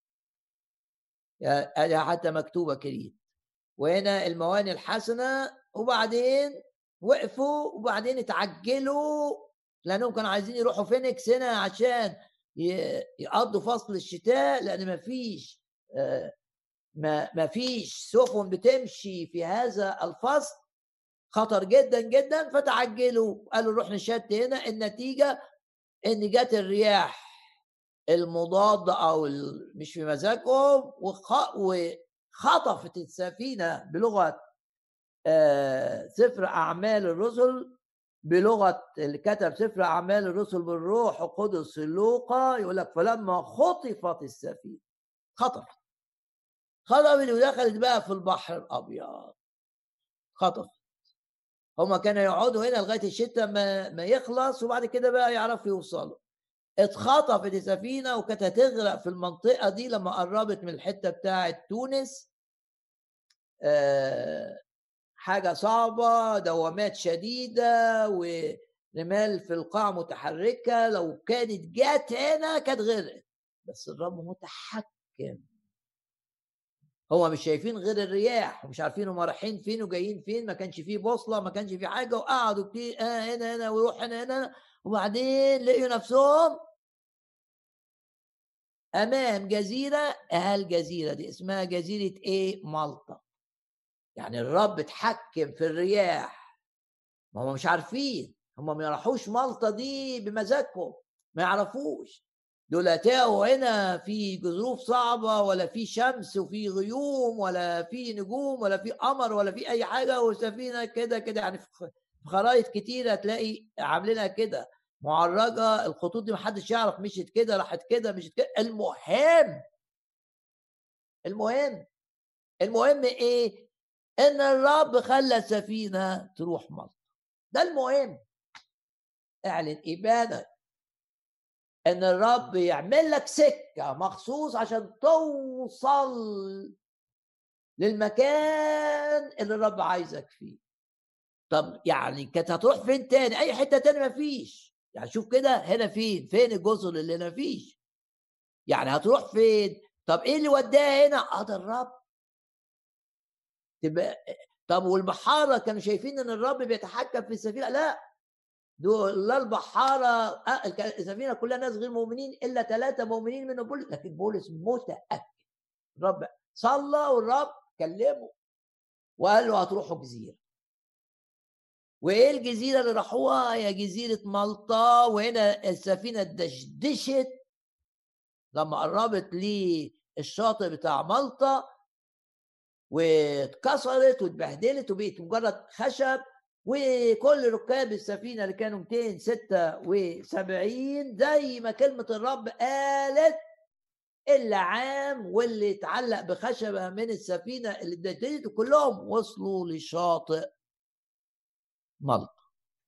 يعني حتى مكتوبة كريت، وهنا الموانئ الحسنة. وبعدين وقفوا، وبعدين اتعجلوا لأنهم كانوا عايزين يروحوا فينيكس هنا عشان يقضوا فصل الشتاء، لأن ما فيش ما ما فيش سفن بتمشي في هذا الفصل، خطر جدا جدا. فتعجلوا، قالوا نروح نشت هنا. النتيجة ان جت الرياح المضادة او مش في مزاجهم، وخطفت السفينة بلغة سفر اعمال الرسل، بلغة اللي كتب سفر اعمال الرسل بالروح القدس لوقا، يقول لك فلما خطفت السفينة، خطفت خطفت ودخلت بقى في البحر الابيض. خطفت. هما كانوا يقعدوا هنا لغايه الشتاء ما ما يخلص، وبعد كده بقى يعرفوا يوصلوا. اتخطفت السفينه وكانت هتغرق في المنطقه دي لما قربت من الحته بتاعه تونس. أه حاجه صعبه، دوامات شديده ورمال في القاع متحركه، لو كانت جات هنا كانت غرقت. بس الرب متحكم. هو مش شايفين غير الرياح، ومش عارفين هم رايحين فين وجايين فين، ما كانش فيه بوصله، ما كانش فيه حاجه، وقعدوا كتير اه هنا هنا ويروح هنا هنا. وبعدين لقيوا نفسهم امام جزيره. هالجزيره دي اسمها جزيره ايه؟ مالطا. يعني الرب اتحكم في الرياح. ما هم مش عارفين، هم ما يروحوش مالطا دي بمزاجهم، ما يعرفوش. دول تاهوا هنا في ظروف صعبه، ولا في شمس وفي غيوم، ولا في نجوم، ولا في قمر، ولا في اي حاجه، وسفينه كده كده. يعني في خرائط كتيره تلاقي عاملينها كده معرجه، الخطوط دي محدش يعرف مشيت كده راحت كده مشيت كده. المهم المهم المهم ايه؟ ان الرب خلى السفينه تروح مصر. ده المهم. اعلن ايمانك ان الرب يعمل لك سكه مخصوص عشان توصل للمكان اللي الرب عايزك فيه. طب يعني كانت هتروح فين تاني؟ اي حته تاني مفيش. يعني شوف كده، هنا فين فين الجزر اللي هنا مفيش. يعني هتروح فين؟ طب ايه اللي وداها هنا؟ اه ده الرب. تبقى طب والبحاره كانوا شايفين ان الرب بيتحكم في السفينه؟ لا، دول لا البحاره، السفينه كلها ناس غير مؤمنين الا ثلاثه مؤمنين منهم بولس. لكن بولس متاكد. الرب صلى والرب كلمه وقال له هتروحوا جزيره. وايه الجزيره اللي راحوها؟ هي جزيره مالطا. وهنا السفينه اتدشدشت لما قربت للشاطئ بتاع مالطا، واتكسرت واتبهدلت وبقت مجرد خشب. وكل ركاب السفينه اللي كانوا مئتين وستة وسبعين زي ما كلمه الرب قالت، اللي عام واللي اتعلق بخشبه من السفينه اللي اتدشدشت، وكلهم وصلوا لشاطئ مالطا.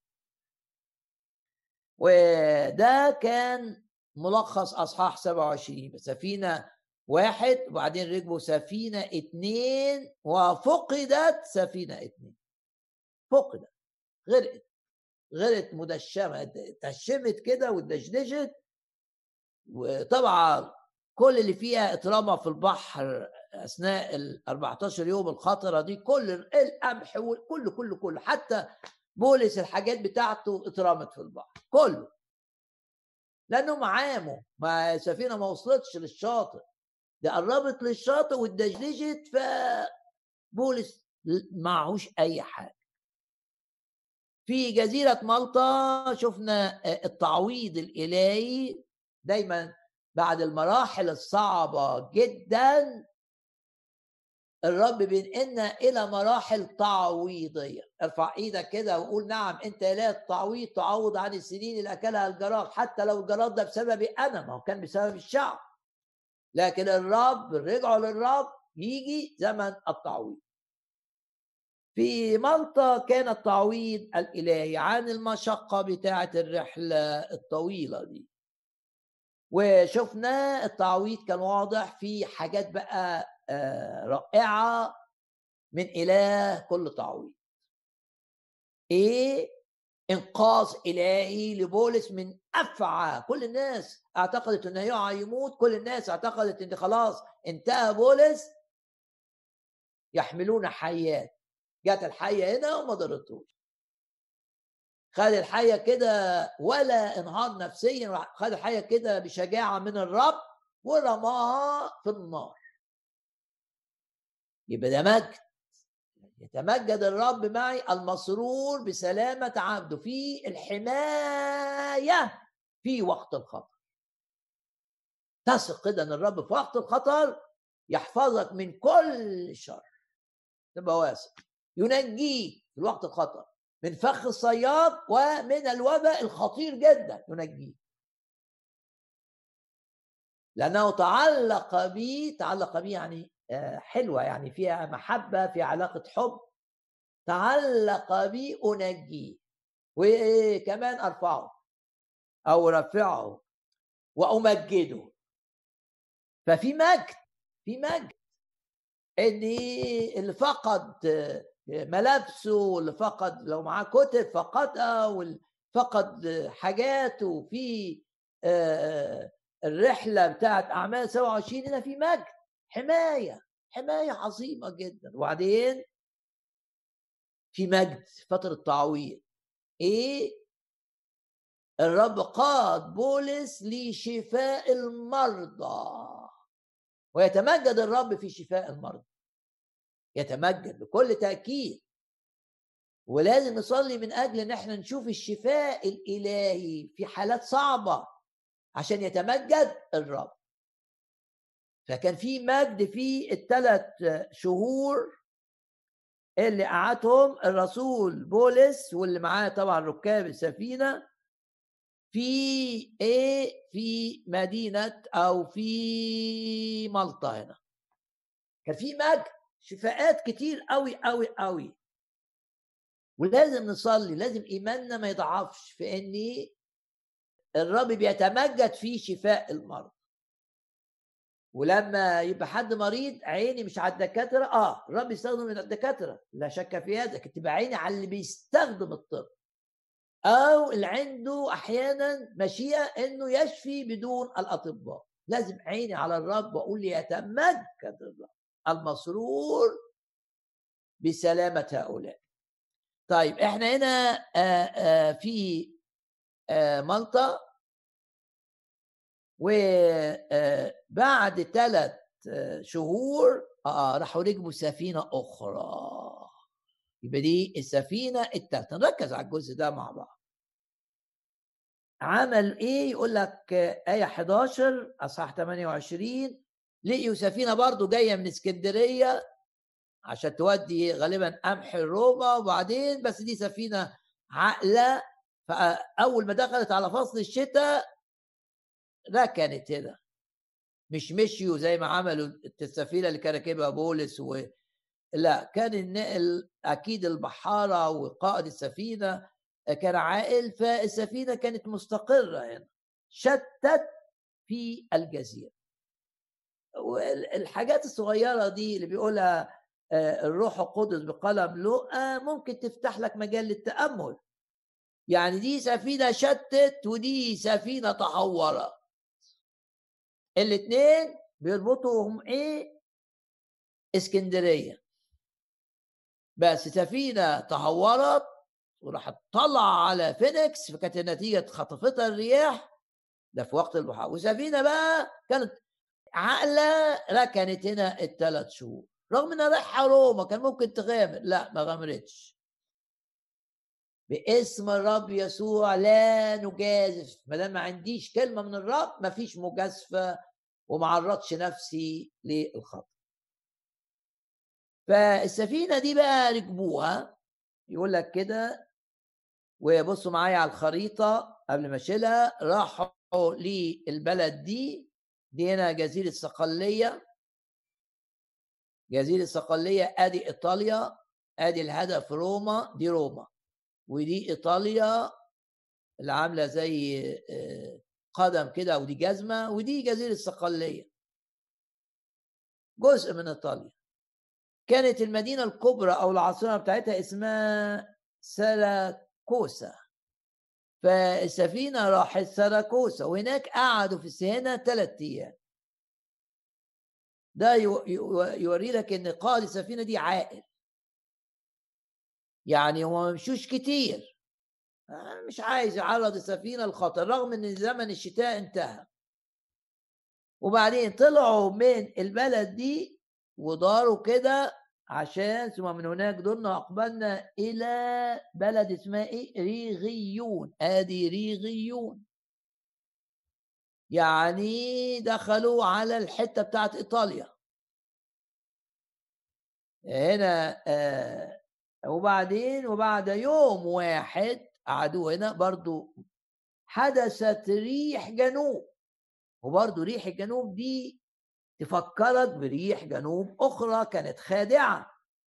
وده كان ملخص اصحاح سبعة وعشرين. سفينه واحد، وبعدين ركبوا سفينه اتنين، وفقدت سفينه اتنين. فقدت، غرقت غرقت مدشمه، اتهشمت كده واتدشدشت. وطبعا كل اللي فيها اترمى في البحر اثناء ال أربعتاشر يوم الخطره دي. كل القمح وكل كل كل حتى بولس الحاجات بتاعته اترمت في البحر كله، لانهم عاموا. ما السفينه ما وصلتش للشاطئ، ده قربت للشاطئ واتدشدشت، فبولس معهوش اي حاجه. في جزيره مالطا شفنا التعويض الالهي. دايما بعد المراحل الصعبه جدا الرب بينقلنا الى مراحل تعويضيه. ارفع ايدك كده وقول نعم انت اله التعويض، تعوض عن السنين اللي اكلها الجراد، حتى لو الجراد ده بسببي انا، ما هو كان بسبب الشعب، لكن الرب رجعوا للرب، يجي زمن التعويض. في مالطا كان التعويض الالهي عن المشقه بتاعه الرحله الطويله دي. وشفنا التعويض كان واضح في حاجات بقى رائعه من اله كل تعويض. ايه؟ انقاذ الهي لبولس من افعى. كل الناس اعتقدت انه هيقع يموت، كل الناس اعتقدت ان خلاص انتهى بولس، يحملون حيات. جت الحيه هنا وما ضرتوش، خد الحيه كده ولا انهار نفسيا، خد الحيه كده بشجاعه من الرب ورماها في النار. يبقى ده مجد. يتمجد الرب معي المسرور بسلامة عبده في الحماية في وقت الخطر. تثق كده ان الرب في وقت الخطر يحفظك من كل شر، تبقى واثق. ينجيك في وقت الخطر من فخ الصياد ومن الوباء الخطير جدا، ينجيك لأنه تعلق بي. تعلق بي يعني حلوة، يعني فيها محبة، في علاقة حب. تعلق بي أنجيه، وكمان أرفعه أو رفعه وأمجده. ففي مجد، في مجد إن اللي فقد ملابسه، واللي فقد لو معاه كتب فقدها، واللي فقد حاجاته في الرحلة بتاعت أعمال سبعة وعشرين، هنا في مجد، حماية، حماية عظيمة جدا. وبعدين في مجد فترة تعويض. ايه؟ الرب قاد بولس لشفاء المرضى، ويتمجد الرب في شفاء المرضى، يتمجد بكل تأكيد. ولازم نصلي من أجل ان احنا نشوف الشفاء الإلهي في حالات صعبة عشان يتمجد الرب. فكان في مجد في الثلاث شهور اللي قعدهم الرسول بولس واللي معاه طبعا ركاب السفينة في ايه؟ في مدينة او في مالطا. هنا كان في مجد، شفاءات كتير قوي قوي قوي. ولازم نصلي، لازم ايماننا ما يضعفش في ان الرب بيتمجد في شفاء المرض. ولما يبقى حد مريض عيني مش على الدكاتره، اه الرب يستخدم الدكاتره لا شك في هذا، تبقى عيني على اللي بيستخدم الطب، او اللي عنده احيانا مشيئه انه يشفي بدون الاطباء. لازم عيني على الرب واقول لي يتمجد الرب المسرور بسلامه هؤلاء. طيب احنا هنا آآ آآ في آآ مالطا، وبعد ثلاث شهور آه راحوا ركبوا سفينه اخرى. يبقى دي السفينة الثالثة. نركز على الجزء ده مع بعض. عمل ايه؟ يقول لك آية حداشر أصحاح ثمانية وعشرين، لقيوا سفينة برضو جاية من اسكندرية عشان تودي غالبا قمح روما، وبعدين بس دي سفينة عاقلة، فأول ما دخلت على فصل الشتاء ركنت هنا، مش مشيوا زي ما عملوا السفينة اللي كان راكبها بولس و... لا، كان النقل أكيد البحارة وقائد السفينة كان عاقل، فالسفينة كانت مستقرة هنا، شتت في الجزيرة. والحاجات الصغيرة دي اللي بيقولها الروح القدس بقلم لقى ممكن تفتح لك مجال للتأمل. يعني دي سفينة شتت ودي سفينة تحورت، الاثنين بيربطوهم ايه؟ اسكندرية. بس سفينة تحورت وراح تطلع على فينيكس، فكانت النتيجة خطفتها الرياح، ده في وقت البحار. وسفينة بقى كانت عقلة ركنت هنا الثلاث شهور، رغم انها رايحة روما كان ممكن تغامر، لا ما غامرتش. باسم الرب يسوع لا نجازف، ما دام ما عنديش كلمة من الرب ما فيش مجازفة، وما عرضش نفسي للخطر. فالسفينة دي بقى ركبوها، يقول لك كده، ويبصوا معايا على الخريطة قبل ما اشيلها، راحوا للبلد دي دي هنا جزيرة صقلية. جزيرة صقلية ادي ايطاليا، ادي الهدف روما، دي روما، ودي ايطاليا اللي عاملة زي قدم كده، ودي جزمة، ودي جزيرة صقلية جزء من ايطاليا. كانت المدينة الكبرى او العاصمة بتاعتها اسمها ساراكوسا، فالسفينة راحت ساراكوسا، وهناك قعدوا في السفينة ثلاث ايام. ده يوري لك ان قائد السفينة دي عاقل، يعني هو ممشوش كتير، مش عايز يعرض السفينة للخطر رغم ان زمن الشتاء انتهى. وبعدين طلعوا من البلد دي وداروا كده عشان ثم من هناك درنا أقبلنا إلى بلد اسمها إيه؟ ريغيون. آدي ريغيون، يعني دخلوا على الحتة بتاعت إيطاليا هنا. آه وبعدين وبعد يوم واحد قعدوا هنا برضو، حدثت ريح جنوب، وبرضو ريح الجنوب دي تفكرك بريح جنوب أخرى كانت خادعة.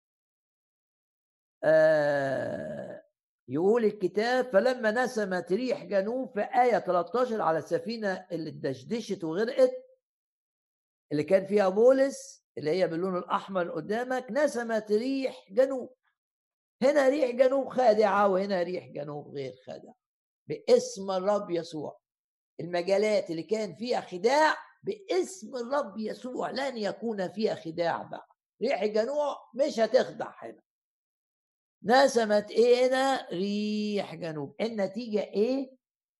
آه يقول الكتاب فلما نسمت ريح جنوب في آية ثلاثة عشر على السفينة اللي اتدشدشت وغرقت، اللي كان فيها بولس اللي هي باللون الأحمر قدامك، نسمت ريح جنوب. هنا ريح جنوب خادعة وهنا ريح جنوب غير خادعة، باسم الرب يسوع. المجالات اللي كان فيها خداع باسم الرب يسوع لن يكون فيها خداع بقى. ريح جنوب مش هتخدع هنا. نسمت ايه هنا؟ ريح جنوب. النتيجة ايه؟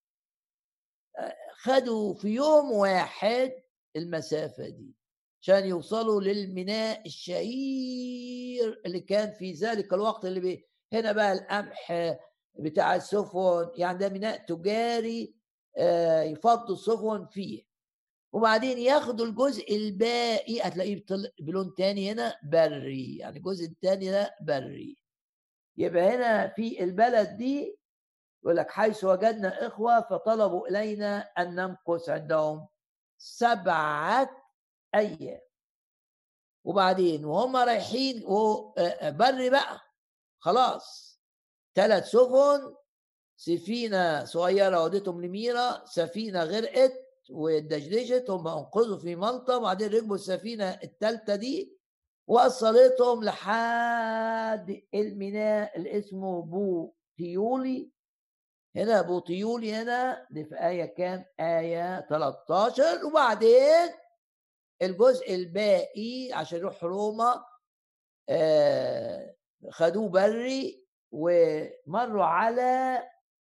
خدوا في يوم واحد المسافة دي عشان يوصلوا للميناء الشهير اللي كان في ذلك الوقت، اللي بي هنا بقى القمح بتاع السفن، يعني ده ميناء تجاري يفضوا السفن فيه. وبعدين ياخدوا الجزء الباقي، هتلاقيه بلون تاني هنا بري، يعني الجزء التاني ده بري. يبقى هنا في البلد دي يقول لك حيث وجدنا إخوة فطلبوا إلينا أن نمكث عندهم سبعة أيام. وبعدين وهم رايحين بري بقى خلاص، ثلاث سفن، سفينة صغيرة ودتهم لميرا، سفينة غرقت ودشدشت، هم انقذوا في مالطا، وبعدين ركبوا السفينة الثالثة دي وصلتهم لحد الميناء اللي اسمه بوطيولي. هنا بوطيولي هنا دي في آية كام؟ آية ثلاثة عشر. وبعدين الجزء الباقي عشان يروح روما آه خدوه بري، ومروا على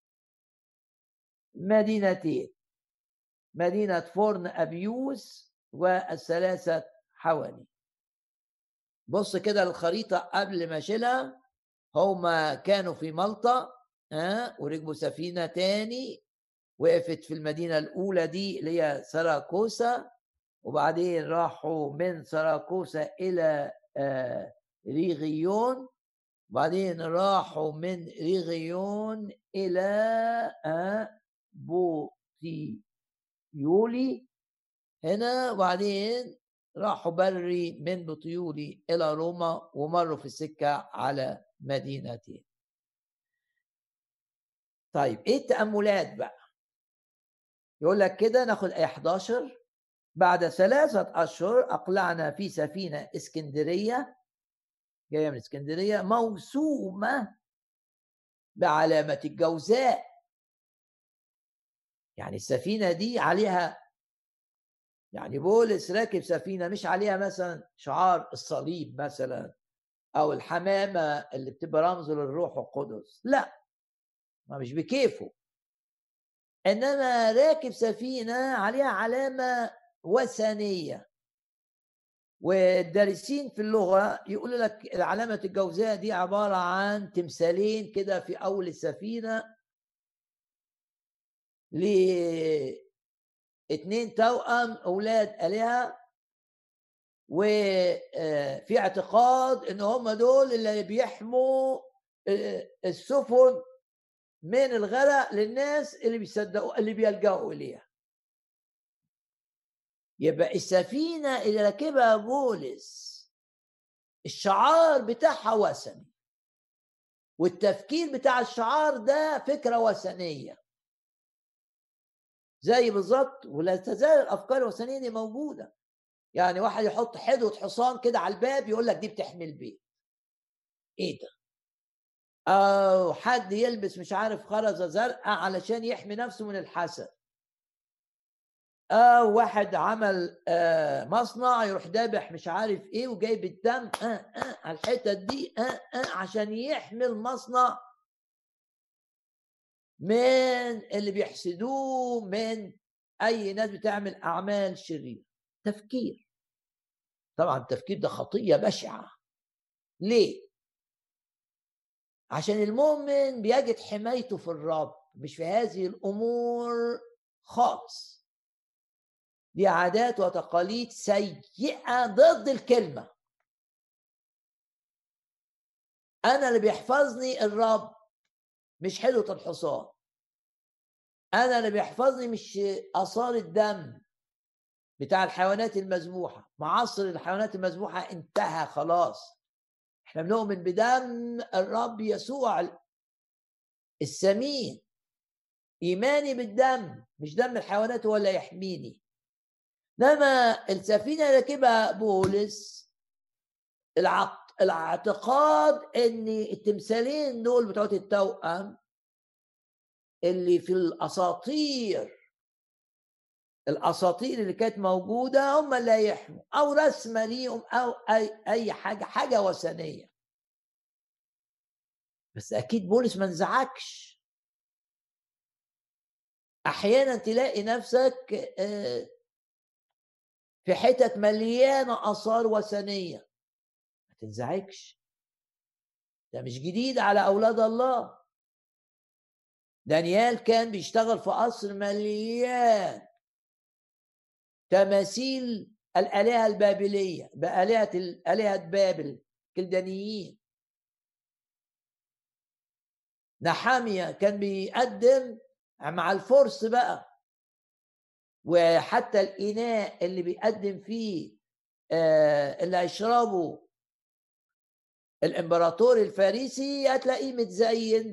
مدينتين، مدينة فورن أبيوس والثلاثة حوالي. بص كده الخريطة قبل ما اشيلها، هما كانوا في مالطا ها وركبوا سفينة تاني وقفت في المدينة الأولى دي اللي هي سراكوسا، وبعدين راحوا من سراكوسا إلى آه، ريغيون، وبعدين راحوا من ريغيون إلى آه، بوطيولي هنا، وبعدين راحوا بري من بوطيولي إلى روما، ومروا في السكة على مدينتين. طيب ايه التأملات بقى؟ يقول لك كده، ناخد آية احداشر: بعد ثلاثة أشهر أقلعنا في سفينة اسكندرية، جاية من اسكندرية، موسومة بعلامة الجوزاء. يعني السفينة دي عليها، يعني بولس راكب سفينة مش عليها مثلا شعار الصليب مثلا أو الحمامة اللي بتبقى رمز للروح القدس، لا، ما مش بكيفه، إنما راكب سفينة عليها علامة وثنية. والدارسين في اللغة يقول لك علامة الجوزاء دي عبارة عن تمثالين كده في أول السفينة لاثنين توأم أولاد آلهة، وفي اعتقاد إن هم دول اللي بيحموا السفن من الغرق للناس اللي بيصدقوا اللي بيلجأوا إليها. يبقى السفينة اللي راكبها بولس الشعار بتاعها وثني، والتفكير بتاع الشعار ده فكرة وثنية زي بالظبط، ولا تزال الأفكار الوثنية دي موجودة. يعني واحد يحط حدوة حصان كده على الباب يقول لك دي بتحمي البيت، ايه ده؟ او حد يلبس مش عارف خرزة زرقاء علشان يحمي نفسه من الحسد، او واحد عمل آه مصنع يروح دابح مش عارف ايه وجايب الدم آه آه على الحتت دي آه آه عشان يحمي المصنع من اللي بيحسدوه، من اي ناس بتعمل اعمال شريره. تفكير، طبعا التفكير ده خطيه بشعه. ليه؟ عشان المؤمن بيجد حمايته في الرب، مش في هذه الامور خالص. دي عادات وتقاليد سيئه ضد الكلمه. انا اللي بيحفظني الرب، مش حدوة الحصان. انا اللي بيحفظني مش اثار الدم بتاع الحيوانات المذبوحه. معصر الحيوانات المذبوحه انتهى خلاص. احنا بنؤمن بدم الرب يسوع الثمين. ايماني بالدم مش دم الحيوانات هو اللي يحميني. انما السفينه اللي راكبها بولس العق... الاعتقاد ان التمثالين دول بتوع التوأم اللي في الاساطير الاساطير اللي كانت موجوده هم اللي هيحموا، او رسمه ليهم، او اي اي حاجه حاجه وثنيه. بس اكيد بولس ما انزعجش. احيانا تلاقي نفسك في حتت مليانه اثار وثنيه، ما تنزعجش، ده مش جديد على اولاد الله. دانيال كان بيشتغل في قصر مليان تماثيل الالهه البابليه، بآلهه الالهه بابل كلدانيين. نحامية كان بيقدم مع الفرس بقى، وحتى الإناء اللي بيقدم فيه آه اللي هيشربه الإمبراطور الفارسي هتلاقيه متزين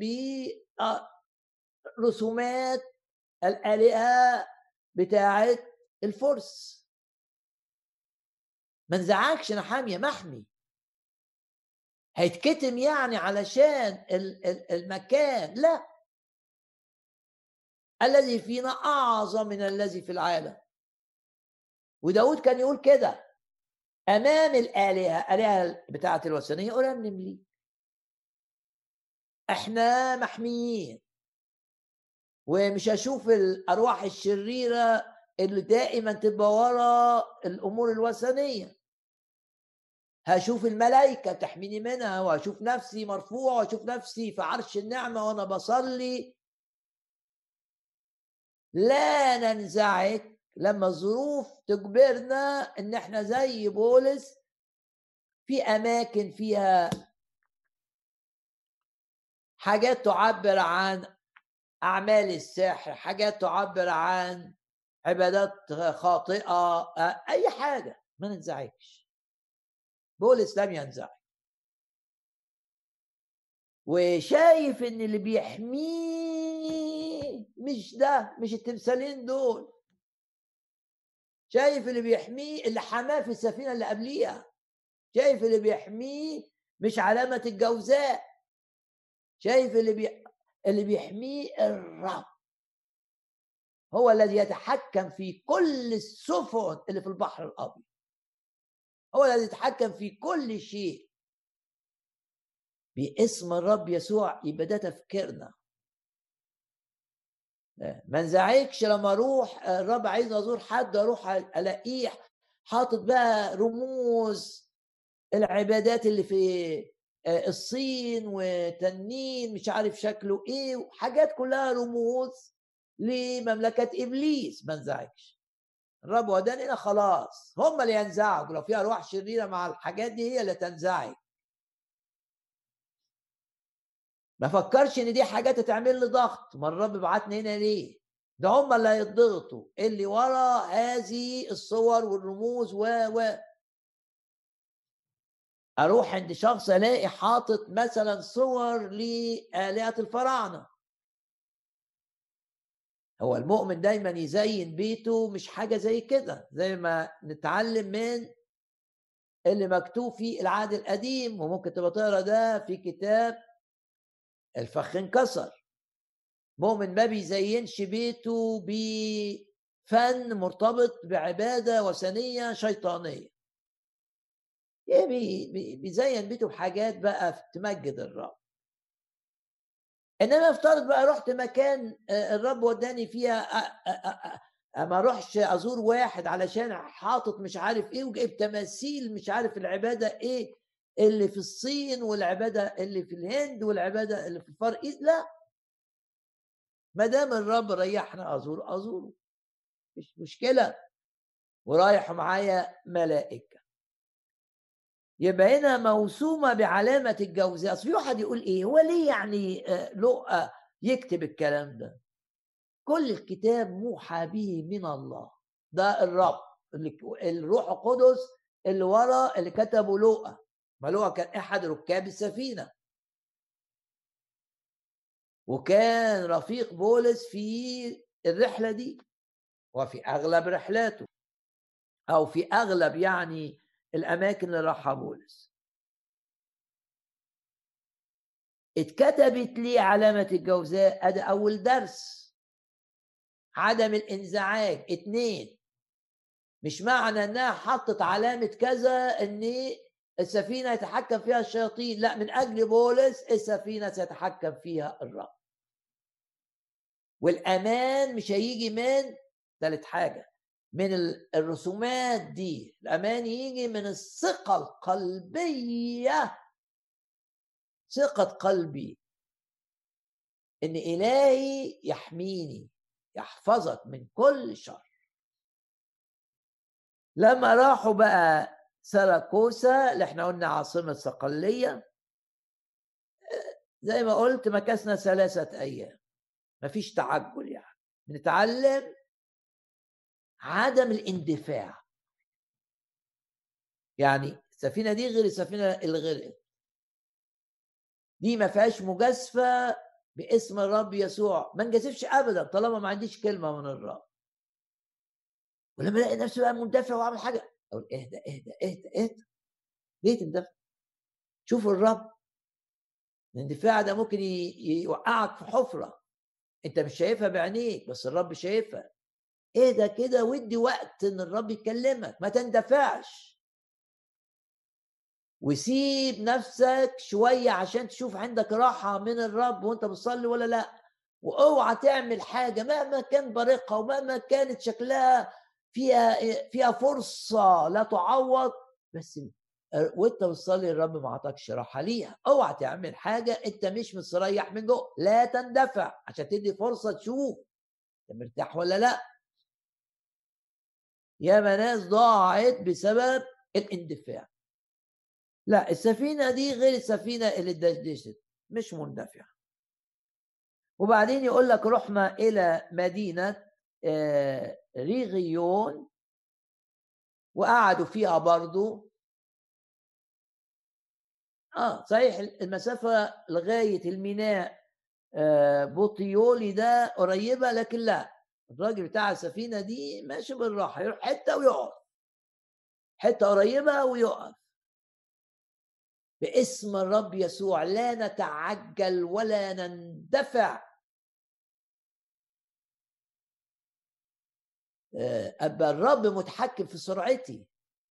برسومات الآلهة بتاعة الفرس. ما انزعجش نحامية، محمي. هيتكتم يعني علشان المكان؟ لا، الذي فينا أعظم من الذي في العالم. وداود كان يقول كده أمام الآلهة، الآلهة بتاعة الوثنية أرنم لي. احنا محميين، ومش هشوف الأرواح الشريرة اللي دائما تبقى ورا الأمور الوثنية. هشوف الملائكة تحميني منها، وهشوف نفسي مرفوع، وهشوف نفسي في عرش النعمة وأنا بصلي. لا ننزعج لما الظروف تجبرنا إن احنا زي بولس في أماكن فيها حاجات تعبر عن أعمال السحر، حاجات تعبر عن عبادات خاطئة، أي حاجة ما ننزعجش. بولس لم ينزعج، وشايف ان اللي بيحميه مش ده، مش التمثالين دول. شايف اللي بيحميه اللي حماه في السفينة اللي قبليها. شايف اللي بيحميه مش علامة الجوزاء. شايف اللي بي... اللي بيحميه الرب، هو الذي يتحكم في كل السفن اللي في البحر الأبيض، هو الذي يتحكم في كل شيء. باسم الرب يسوع يبقى ده تفكيرنا. ما انزعجش لما اروح الرب عايز ازور حد، اروح الاقيه حاطط بقى رموز العبادات اللي في الصين وتنين مش عارف شكله ايه، وحاجات كلها رموز لمملكة ابليس. ما انزعجش، الرب وداننا خلاص. هم اللي ينزعجوا لو في ارواح شريرة مع الحاجات دي، هي اللي تنزعج. ما فكرش ان دي حاجات تتعمل لي ضغط. ما الرب بعتني هنا ليه؟ ده هم اللي هيضغطوا اللي ورا هذه الصور والرموز. و و اروح عند شخص الاقي حاطط مثلا صور لآلهة الفراعنة. هو المؤمن دايما يزين بيته، مش حاجة زي كده، زي ما نتعلم من اللي مكتوب في العهد القديم. وممكن تبقى تقرا ده في كتاب الفخ انكسر. مؤمن ما بيزينش بيته بفن مرتبط بعبادة وثنية شيطانية. يعني بيزين بيته بحاجات بقى تمجد الرب. انما افترض بقى رحت مكان الرب وداني فيها، اما اروحش ازور واحد علشان حاطط مش عارف ايه وجايب تماثيل مش عارف العبادة ايه اللي في الصين والعبادة اللي في الهند والعبادة اللي في الفار ايست. لا، ما دام الرب ريحنا ازور ازوره، مش مشكله، ورايح معايا ملائكه. يبقى هنا موسومه بعلامه الجوزاء. اصل في واحد يقول ايه هو ليه يعني لقى يكتب الكلام ده؟ كل الكتاب موحى به من الله. ده الرب اللي الروح القدس اللي ورا اللي كتبه لقى. ما لقى كان احد ركاب السفينه، وكان رفيق بولس في الرحله دي وفي اغلب رحلاته، او في اغلب يعني الاماكن اللي راحها بولس. اتكتبت لي علامه الجوزاء. ادي اول درس، عدم الانزعاج. اتنين، مش معنى انها حطت علامه كذا ان السفينه يتحكم فيها الشياطين. لا، من اجل بولس السفينه سيتحكم فيها الرب. والامان مش هيجي من ثالث حاجه من الرسومات دي. الأمان يجي من الثقة القلبية، ثقة قلبي إن إلهي يحميني، يحفظك من كل شر. لما راحوا بقى سراكوسا اللي احنا قلنا عاصمة صقلية، زي ما قلت مكثنا ثلاثة أيام. مفيش تعجل، يعني بنتعلم عدم الاندفاع. يعني السفينة دي غير السفينة اللي غرقت دي، ما فيهاش مجازفة باسم الرب يسوع. ما نجازفش ابدا طالما ما عنديش كلمة من الرب. ولما الاقي نفسي بقى مندفع واعمل حاجة، اقول اهدى اهدى اهدى اهدى. ليه تندفع؟ شوف الرب. الاندفاع ده ممكن يوقعك في حفرة انت مش شايفها بعينيك، بس الرب شايفها. اهدى كده وادي وقت ان الرب يكلمك، ما تندفعش. وسيب نفسك شوية عشان تشوف عندك راحة من الرب وانت بتصلي ولا لا. واوعى تعمل حاجة مهما كان بريقها ومهما كانت شكلها فيها فيها فرصة لا تعوض، بس وانت بتصلي الرب ما عطاكش راحه ليها. اوعى تعمل حاجه انت مش مستريح من جوه، لا تندفع عشان تدي فرصه تشوف انت مرتاح ولا لا. ياما ناس ضاعت بسبب الاندفاع. لا، السفينه دي غير السفينه اللي اتدشدشت، مش مندفعه. وبعدين يقول لك رحنا الى مدينه آه ريغيون وقعدوا فيها برضو. اه صحيح المسافه لغايه الميناء آه بوطيولي ده قريبه، لكن لا، الراجل بتاع السفينه دي ماشي بالراحه، يروح حته ويقف، حته قريبه ويقف. باسم الرب يسوع لا نتعجل ولا نندفع. آه ابقى الرب متحكم في سرعتي،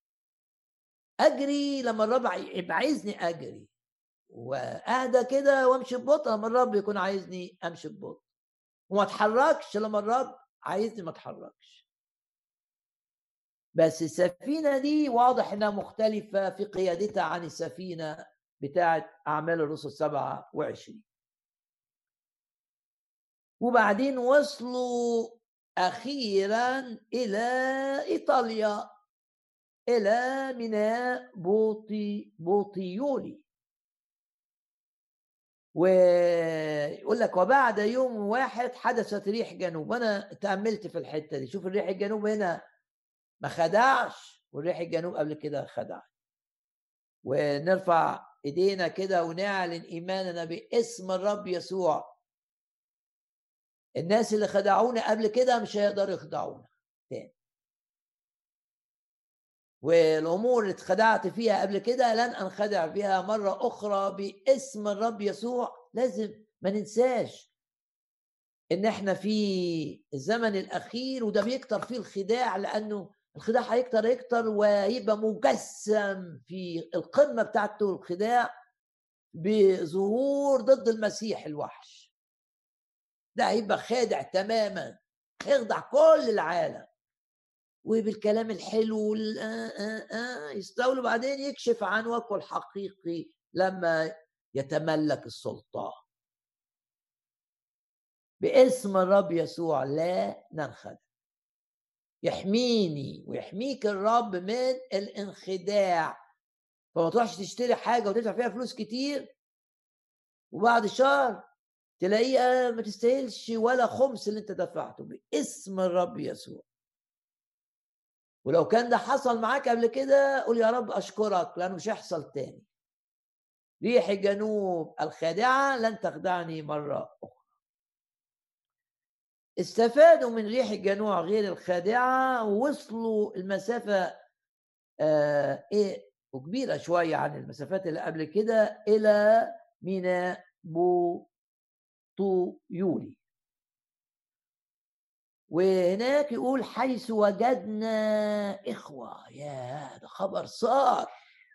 اجري لما الرب يبقى عايزني اجري، واهدى كده وامشي ببطء لما الرب يكون عايزني امشي ببطء، وما اتحركش لما الرب عايزني ما اتحركش. بس السفينه دي واضح انها مختلفه في قيادتها عن السفينه بتاعه اعمال الرسل سبعة وعشرين. وبعدين وصلوا اخيرا الى ايطاليا، الى ميناء بوطي بوطيولي. ويقول لك وبعد يوم واحد حدثت ريح جنوب. انا تأملت في الحته دي، شوف الريح الجنوب هنا ما خدعش، والريح الجنوب قبل كده خدع. ونرفع ايدينا كده ونعلن ايماننا باسم الرب يسوع. الناس اللي خدعونا قبل كده مش هيقدروا يخدعونا تاني، والامور اللي اتخدعت فيها قبل كده لن انخدع فيها مره اخرى باسم الرب يسوع. لازم ما ننساش ان احنا في الزمن الاخير، وده بيكتر فيه الخداع، لانه الخداع هيكتر يكتر ويبقى مجسم في القمه بتاعته الخداع بظهور ضد المسيح الوحش. ده هيبقى خادع تماما، هيخدع كل العالم وبالكلام الحلو آه آه آه يستولوا، بعدين يكشف عن وجهه الحقيقي لما يتملك السلطان. باسم الرب يسوع لا ننخدع. يحميني ويحميك الرب من الانخداع. فما تروحش تشتري حاجه وتدفع فيها فلوس كتير وبعد شهر تلاقيها ما تستاهلش ولا خمس اللي انت دفعته. باسم الرب يسوع. ولو كان ده حصل معاك قبل كده قول يا رب اشكرك، لانه مش هيحصل تاني. ريح الجنوب الخادعه لن تخدعني مره اخرى. استفادوا من ريح الجنوب غير الخادعه ووصلوا المسافه آه ايه وكبيره شويه عن المسافات اللي قبل كده الى ميناء بوطيولي. وهناك يقول حيث وجدنا إخوة. يا ده خبر صار،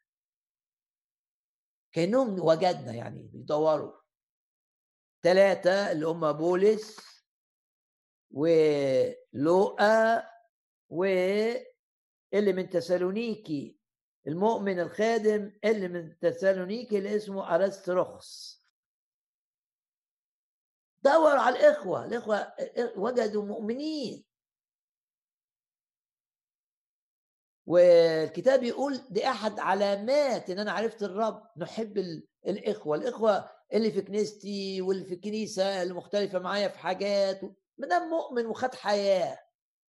كأنهم وجدنا يعني بيدوروا. ثلاثة اللي هم بولس ولوقا واللي من تسالونيكي، المؤمن الخادم اللي من تسالونيكي اللي اسمه أرسطرخس. دور على الإخوة، الإخوة وجدوا مؤمنين. والكتاب يقول دي احد علامات ان انا عرفت الرب. نحب الاخوه الاخوه اللي في كنيستي واللي في الكنيسه اللي مختلفه معايا في حاجات، ما دام مؤمن وخد حياه.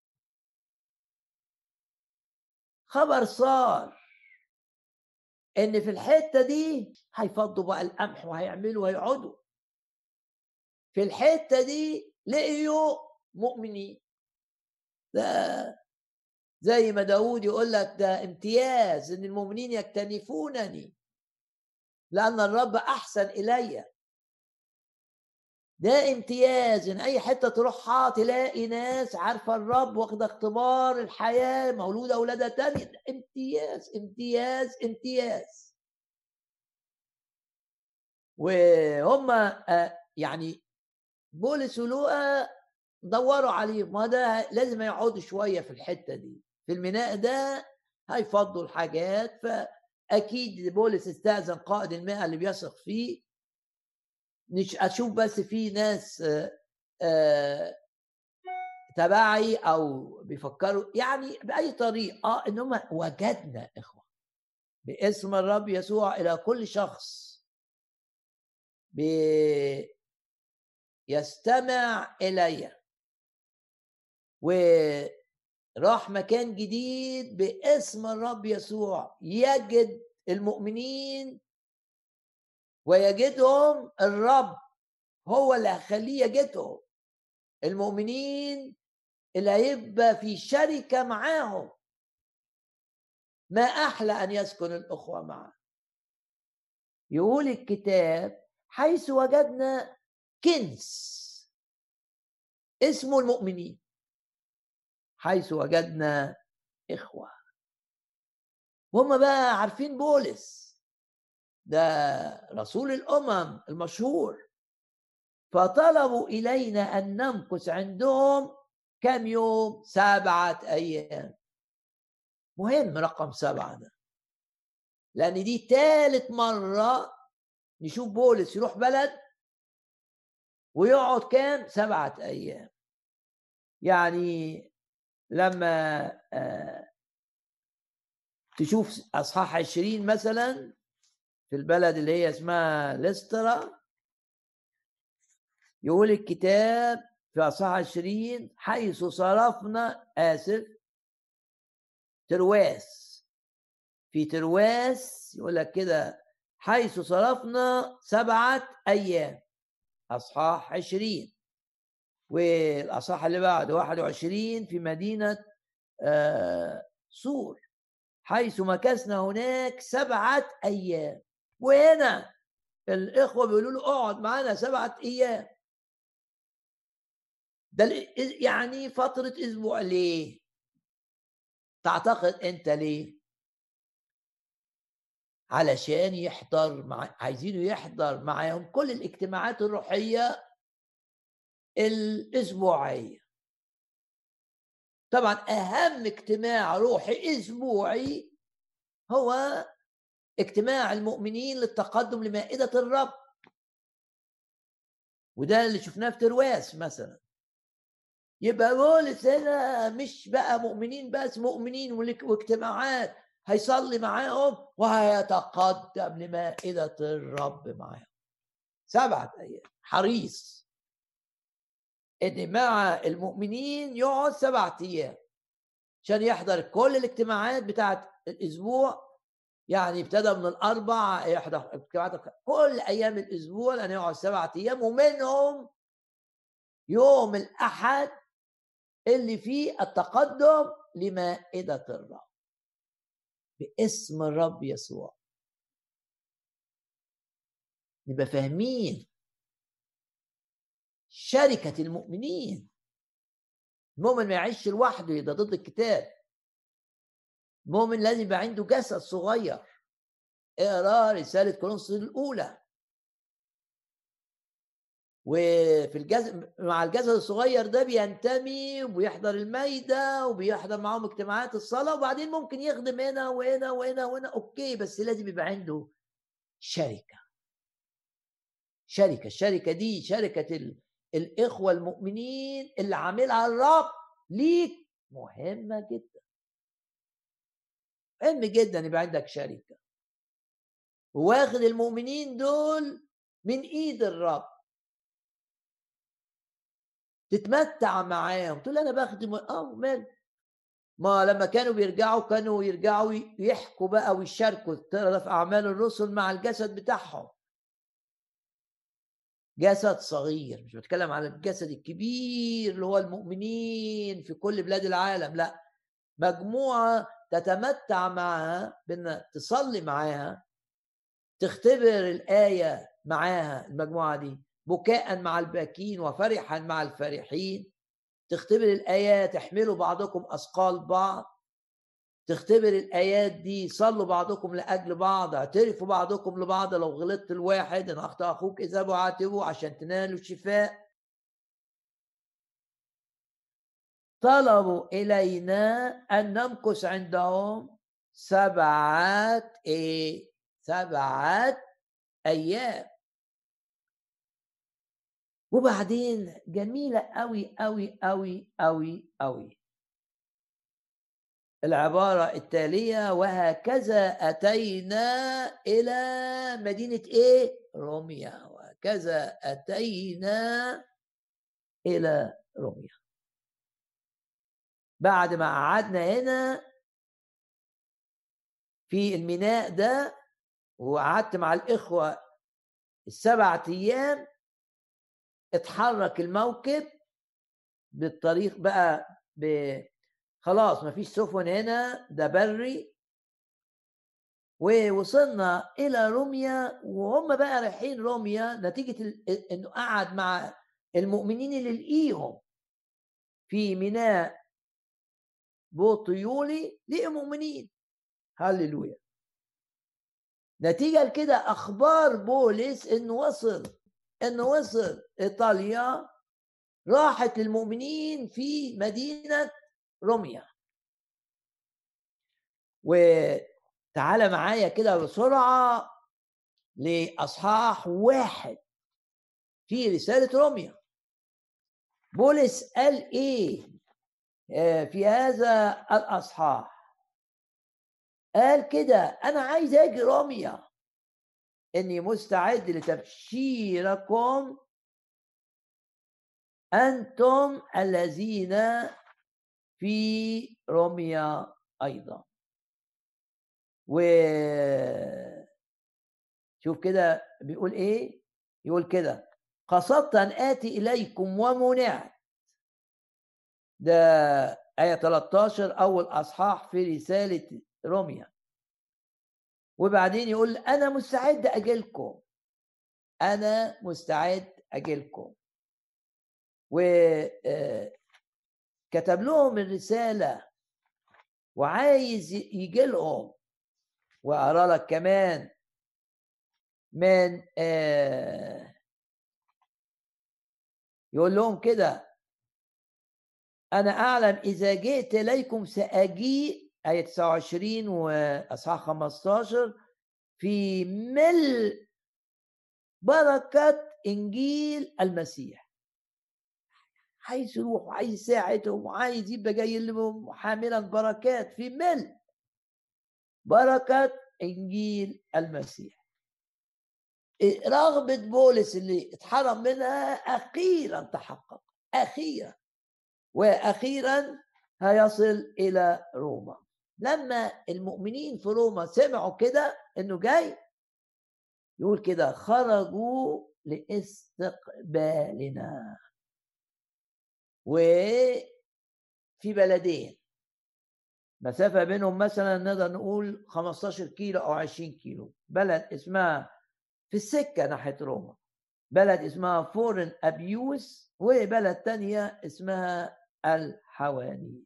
خبر صار ان في الحته دي هيفضوا بقى القمح وهيعملوا وهيقعدوا في الحته دي. لقيوا مؤمنين. ده زي ما داود يقول لك ده امتياز ان المؤمنين يكتنفونني لأن الرب أحسن إلي. ده امتياز إن أي حتة تروحها تلاقي ناس عارفة الرب واخدة اختبار الحياة مولودة أولادها تاني. امتياز امتياز امتياز. وهم يعني بولس ولوقا دوروا عليه، ما ده لازم يقعدوا شوية في الحتة دي في الميناء ده، هيفضوا الحاجات. أكيد بولس استأذن قائد المئة اللي بيثق فيه، مش أشوف بس في ناس آه تبعي أو بيفكروا يعني بأي طريقة، إنهم وجدنا إخوة باسم الرب يسوع إلى كل شخص بيستمع إلي وراح مكان جديد باسم الرب يسوع، يجد المؤمنين ويجدهم الرب هو اللي هيخليه يجدهم، المؤمنين اللي هيبقى في شركة معاهم. ما أحلى أن يسكن الأخوة معه. يقول الكتاب حيث وجدنا كنز اسمه المؤمنين، حيث وجدنا إخوة. وهم بقى عارفين بولس ده رسول الأمم المشهور، فطلبوا إلينا أن نمكث عندهم كم يوم؟ سبعة أيام. مهم رقم سبعة ده، لأن دي ثالث مرة نشوف بولس يروح بلد ويقعد كام؟ سبعة أيام. يعني لما آه تشوف أصحاح عشرين مثلا في البلد اللي هي اسمها لسترا، يقول الكتاب في أصحاح عشرين حيث صرفنا آسف ترواس، في ترواس يقول لك كده حيث صرفنا سبعة أيام، أصحاح عشرين. والأصحاح اللي بعد واحد وعشرين في مدينة آه سور حيث مكثنا هناك سبعة أيام. وهنا الإخوة بيقولوا له اقعد معنا سبعة أيام. ده يعني فترة أسبوع. ليه تعتقد أنت؟ ليه؟ علشان يحضر مع عايزينه يحضر معاهم كل الاجتماعات الروحية الأسبوعية. طبعا أهم اجتماع روحي أسبوعي هو اجتماع المؤمنين للتقدم لمائدة الرب، وده اللي شفناه في ترواس مثلا. يبقى بولس هنا مش بقى مؤمنين بس، مؤمنين واجتماعات هيصلي معاهم وهيتقدم لمائدة الرب معاهم سبعة أيام. حريص إن مع المؤمنين يقعد سبعة أيام عشان يحضر كل الاجتماعات بتاعت الأسبوع. يعني ابتدى من الأربع يحضر اجتماعات كل أيام الأسبوع، لأن يقعد سبعة أيام، ومنهم يوم الأحد اللي فيه التقدم لمائدة الرب باسم الرب يسوع. نبقى فاهمين شركة المؤمنين. المؤمن ما يعيش لوحده، ده ضد الكتاب. المؤمن لازم يبقى عنده جسد صغير. اقرا رسالة كورنثوس الأولى. وفي الجسد مع الجسد الصغير ده بينتمي وبيحضر المايدة وبيحضر معاهم اجتماعات الصلاة، وبعدين ممكن يخدم هنا وهنا وهنا وهنا، اوكي، بس لازم يبقى عنده شركة. شركة الشركة دي شركة ال... الإخوة المؤمنين اللي عاملها الرب ليك مهمة جدا. مهم جدا يبقى عندك شركة واخد المؤمنين دول من ايد الرب، تتمتع معاهم، تقول انا بخدم اه مال. ما لما كانوا بيرجعوا كانوا يرجعوا يحكوا بقى ويشاركوا ترى في اعمال الرسل مع الجسد بتاعهم. جسد صغير، مش بتكلم عن الجسد الكبير اللي هو المؤمنين في كل بلاد العالم، لا، مجموعة تتمتع معها بأن تصلي معاها، تختبر الآية معاها، المجموعة دي بكاء مع الباكين وفرحا مع الفرحين، تختبر الآيات احملوا بعضكم أثقال بعض، تختبر الآيات دي صلوا بعضكم لأجل بعض، اعترفوا بعضكم لبعض لو غلطت الواحد إن أخطأ أخوك اذهبوا عاتبوا عشان تنالوا الشفاء. طلبوا إلينا أن نمكث عندهم سبعة ايه سبعة ايام. وبعدين جميلة قوي قوي قوي قوي قوي العبارة التالية: وهكذا أتينا إلى مدينة إيه؟ روميا. وهكذا أتينا إلى روميا. بعد ما قعدنا هنا في الميناء ده وقعدت مع الإخوة السبعة أيام، اتحرك الموكب بالطريق بقى ب... خلاص مفيش سفن هنا، ده بري. ووصلنا إلى روميا، وهم بقى رايحين روميا نتيجة إنه قعد مع المؤمنين اللي لقيهم في ميناء بوطيولي، لقوا مؤمنين. هللويا. نتيجة لكده أخبار بولس إنه وصل إنه وصل إيطاليا، راحت للمؤمنين في مدينة روميا. وتعالى معايا كده بسرعة لأصحاح واحد في رسالة روميا. بولس قال إيه في هذا الأصحاح؟ قال كده: أنا عايز أجي روميا، إني مستعد لتبشيركم أنتم الذين في روميا أيضا. وشوف كده بيقول إيه، يقول كده: قصدت أن آتي إليكم ومنعت. ده آية ثلاثة عشر أول أصحاح في رسالة روميا. وبعدين يقول: أنا مستعد أجيلكم، أنا مستعد أجيلكم. وكتب لهم الرسالة وعايز يجي لهم. وأرى لك كمان من يقول لهم كده: أنا أعلم إذا جئت إليكم سأجيء، آية تسعة وعشرين وأصحاح خمسة عشر، في ملء بركة إنجيل المسيح. عايز يروح وعايز يساعدهم وعايز يبقى جاي لهم حاملا بركات في ملء بركة إنجيل المسيح. رغبة بولس اللي اتحرم منها أخيرا تحقق، أخيرا وأخيرا هيصل إلى روما. لما المؤمنين في روما سمعوا كده إنه جاي، يقول كده: خرجوا لاستقبالنا. وفي بلدين مسافة بينهم مثلا نقدر نقول خمستاشر كيلو أو عشرين كيلو، بلد اسمها في السكة ناحية روما، بلد اسمها فورن أبيوس، وبلد تانية اسمها الحواني.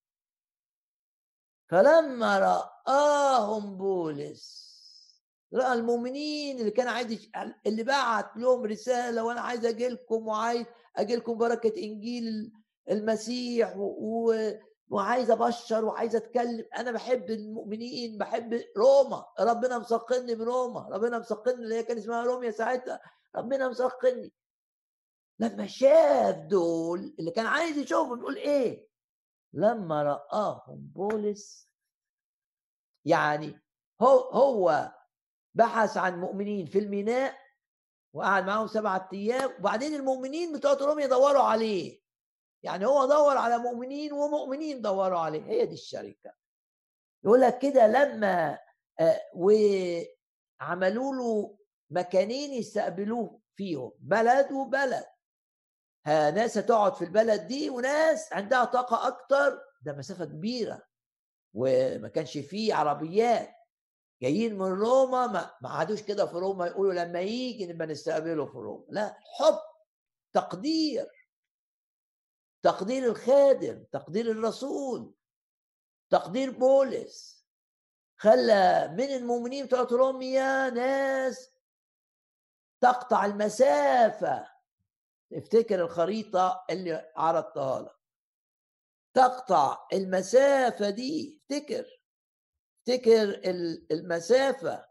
فلما رآهم بولس، رأى المؤمنين اللي كان عايز، اللي بعت لهم رسالة: وأنا عايز أجي لكم وعايز أجي لكم بركة إنجيل المسيح و... وعايز أبشر وعايز أتكلم. أنا بحب المؤمنين، بحب روما، ربنا مسقني بروما، ربنا مسقني اللي هي كان اسمها روميا ساعتها، ربنا مسقني. لما شاف دول اللي كان عايز يشوفهم، بيقول إيه؟ لما رآهم بولس، يعني هو هو بحث عن مؤمنين في الميناء وقعد معاهم سبعة ايام، وبعدين المؤمنين بتوع روما يدوروا عليه. يعني هو دور على مؤمنين ومؤمنين دوروا عليه، هي دي الشركه. يقول لك كده: لما آه وعملوا له مكانين يستقبلوه فيهم، بلد وبلد. ها ناس تقعد في البلد دي وناس عندها طاقه اكتر، ده مسافه كبيره وما كانش فيه عربيات، جايين من روما، ما ما عادوش كده في روما يقولوا لما يجي نبقى نستقبله في روما. لا، حب، تقدير، تقدير الخادم، تقدير الرسول، تقدير بولس، خلى من المؤمنين بتوع روميا ناس تقطع المسافة. افتكر الخريطة اللي عرضتها لك، تقطع المسافة دي، افتكر افتكر المسافة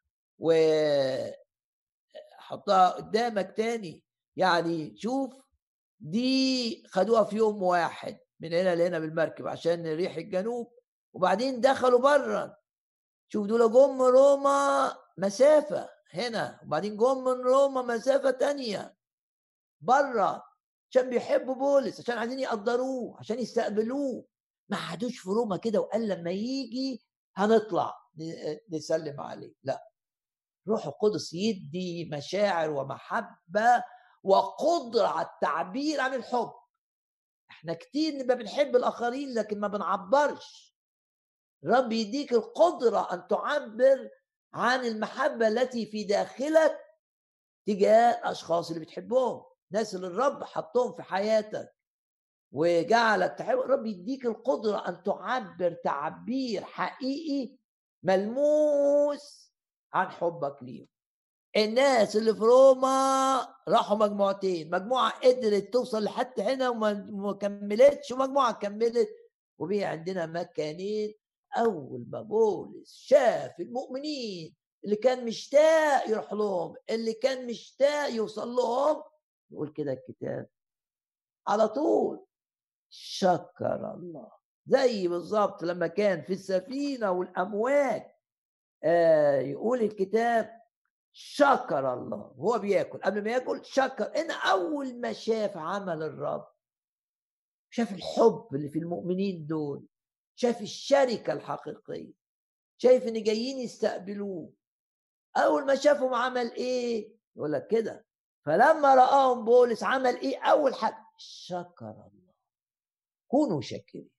وحطها قدامك تاني. يعني شوف، دي خدوها في يوم واحد من هنا لهنا بالمركب عشان ريح الجنوب، وبعدين دخلوا بره. شوف دول جم روما مسافة هنا، وبعدين جم من روما مسافة تانية بره، عشان بيحبوا بولس، عشان عايزين يقدروه، عشان يستقبلوه. ما قعدوش في روما كده وقال لما يجي هنطلع نسلم عليه. لا، روح القدس يدي مشاعر ومحبة وقدرة على التعبير عن الحب. احنا كتير نبقى بنحب الآخرين لكن ما بنعبرش. رب يديك القدرة أن تعبر عن المحبة التي في داخلك تجاه الأشخاص اللي بتحبهم، ناس اللي الرب حطهم في حياتك وجعلك تحب. رب يديك القدرة أن تعبر تعبير حقيقي ملموس عن حبك ليهم. الناس اللي في روما راحوا مجموعتين، مجموعة قدرت توصل لحد هنا وما كملتش، ومجموعة كملت. وبقي عندنا مكانين. أول ما بولس شاف المؤمنين اللي كان مشتاق يروح لهم، اللي كان مشتاق يوصل لهم، يقول كده الكتاب على طول شكر الله. زي بالظبط لما كان في السفينة والأمواج، آه يقول الكتاب شكر الله وهو بياكل. قبل ما ياكل شكر. إن أول ما شاف عمل الرب، شاف الحب اللي في المؤمنين دول، شاف الشركة الحقيقية، شايف إن جايين يستقبلوه. أول ما شافهم عمل إيه؟ يقول لك كده، فلما رآهم بولس عمل إيه؟ أول حاجة شكر الله. كونوا شاكرين.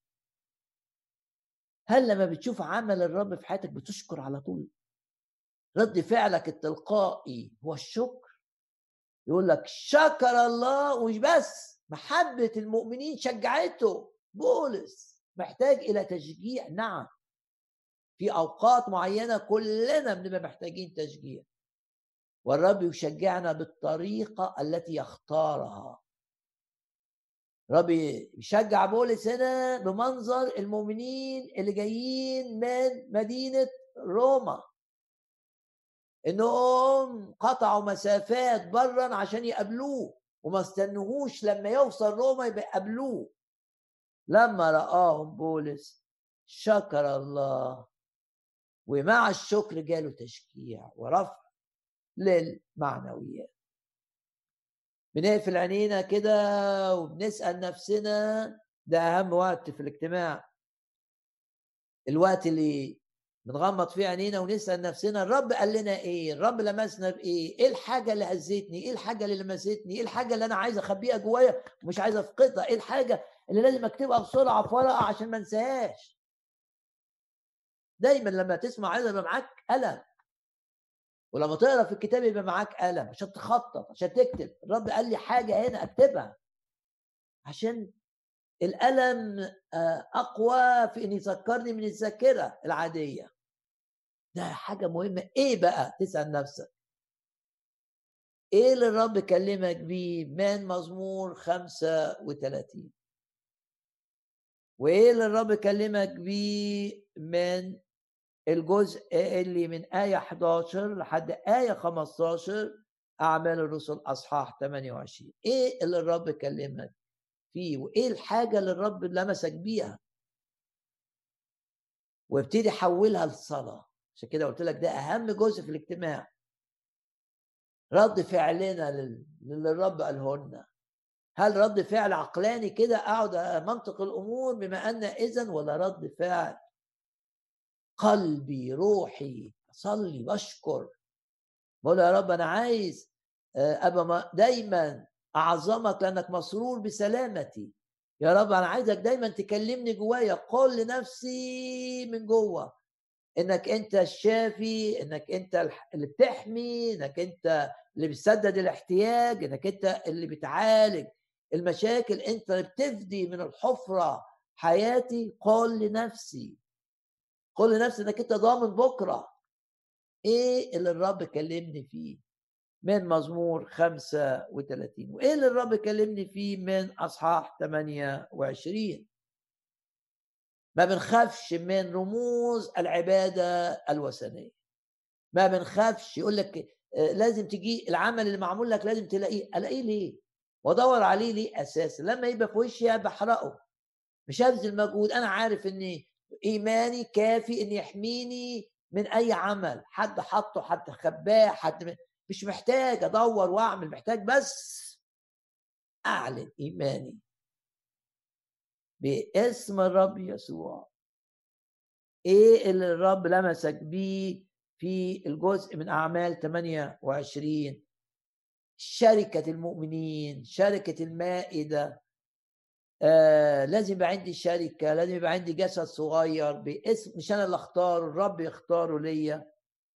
هل لما بتشوف عمل الرب في حياتك بتشكر على طول؟ رد فعلك التلقائي هو الشكر. يقول لك شكر الله. ومش بس، محبة المؤمنين شجعته. بولس محتاج إلى تشجيع، نعم، في أوقات معينة كلنا بنبقى محتاجين تشجيع، والرب يشجعنا بالطريقة التي يختارها. رب يشجع بولس هنا بمنظر المؤمنين اللي جايين من مدينة روما، انهم قطعوا مسافات برا عشان يقابلوه، وما استنوهوش لما يوصل روما يبقى يقابلوه. لما رآهم بولس شكر الله، ومع الشكر جاله تشجيع ورفع للمعنويات. بنقفل عينينا كده وبنسأل نفسنا، ده أهم وقت في الاجتماع، الوقت اللي بنغمض فيه عينينا ونسأل نفسنا الرب قال لنا ايه؟ الرب لمسنا بايه؟ ايه الحاجة اللي هزتني؟ ايه الحاجة اللي لمستني؟ ايه الحاجة اللي انا عايز اخبيها جوايا ومش عايز افقدها؟ ايه الحاجة اللي لازم اكتبها بسرعة في ورقة عشان ما انساهاش؟ دايما لما تسمع عايز يبقى معاك قلم، ولما تقرا في الكتاب يبقى معاك قلم عشان تخطط، عشان تكتب. الرب قال لي حاجة هنا اكتبها، عشان القلم اقوى في ان يذكرني من الذاكرة العادية. ده حاجة مهمة. ايه بقى؟ تسأل نفسك ايه اللي الرب كلمك بيه من مزمور خمسة وثلاثين، وايه اللي الرب كلمك بيه من الجزء اللي من آية إحدى عشر لحد آية خمسة عشر أعمال الرسل أصحاح ثمانية وعشرين. ايه اللي الرب كلمك فيه، وايه الحاجة اللي الرب لمسك بيها، وابتدي حولها لصلاة. عشان كده قلت لك ده أهم جزء في الاجتماع، رد فعلنا للي الرب قاله لنا. هل رد فعل عقلاني كده اقعد منطق الامور بما ان اذن، ولا رد فعل قلبي روحي اصلي بشكر، بقول يا رب انا عايز ابقى دايما اعظمك لانك مسرور بسلامتي. يا رب انا عايزك دايما تكلمني جوايا، قول لنفسي من جوه انك انت الشافي، انك انت اللي بتحمي، انك انت اللي بتسدد الاحتياج، انك انت اللي بتعالج المشاكل، انت اللي بتفدي من الحفرة حياتي. قول لنفسي، قول لنفسي انك انت ضامن بكرة. ايه اللي الرب كلمني فيه من مزمور خمسة وثلاثين، وايه اللي الرب كلمني فيه من اصحاح ثمانية وعشرين؟ ما بنخافش من رموز العبادة الوثنية، ما بنخافش. يقول لك لازم تجي العمل اللي معمول لك لازم تلاقيه، الاقيه ليه وادور عليه ليه؟ اساسا لما يبقى في وشي بحرقه، مش هبذل مجهود. انا عارف ان ايماني كافي ان يحميني من اي عمل حد حطه، حد خباه، حد مش محتاج ادور واعمل، محتاج بس اعلن ايماني باسم الرب يسوع. ايه اللي الرب لمسك بيه في الجزء من اعمال ثمانية وعشرين؟ شركة المؤمنين، شركة المائدة. آه لازم يبقى عندي شركة، لازم يبقى عندي جسد صغير باسم، مش أنا اللي أختاره، الرب يختاره ليا.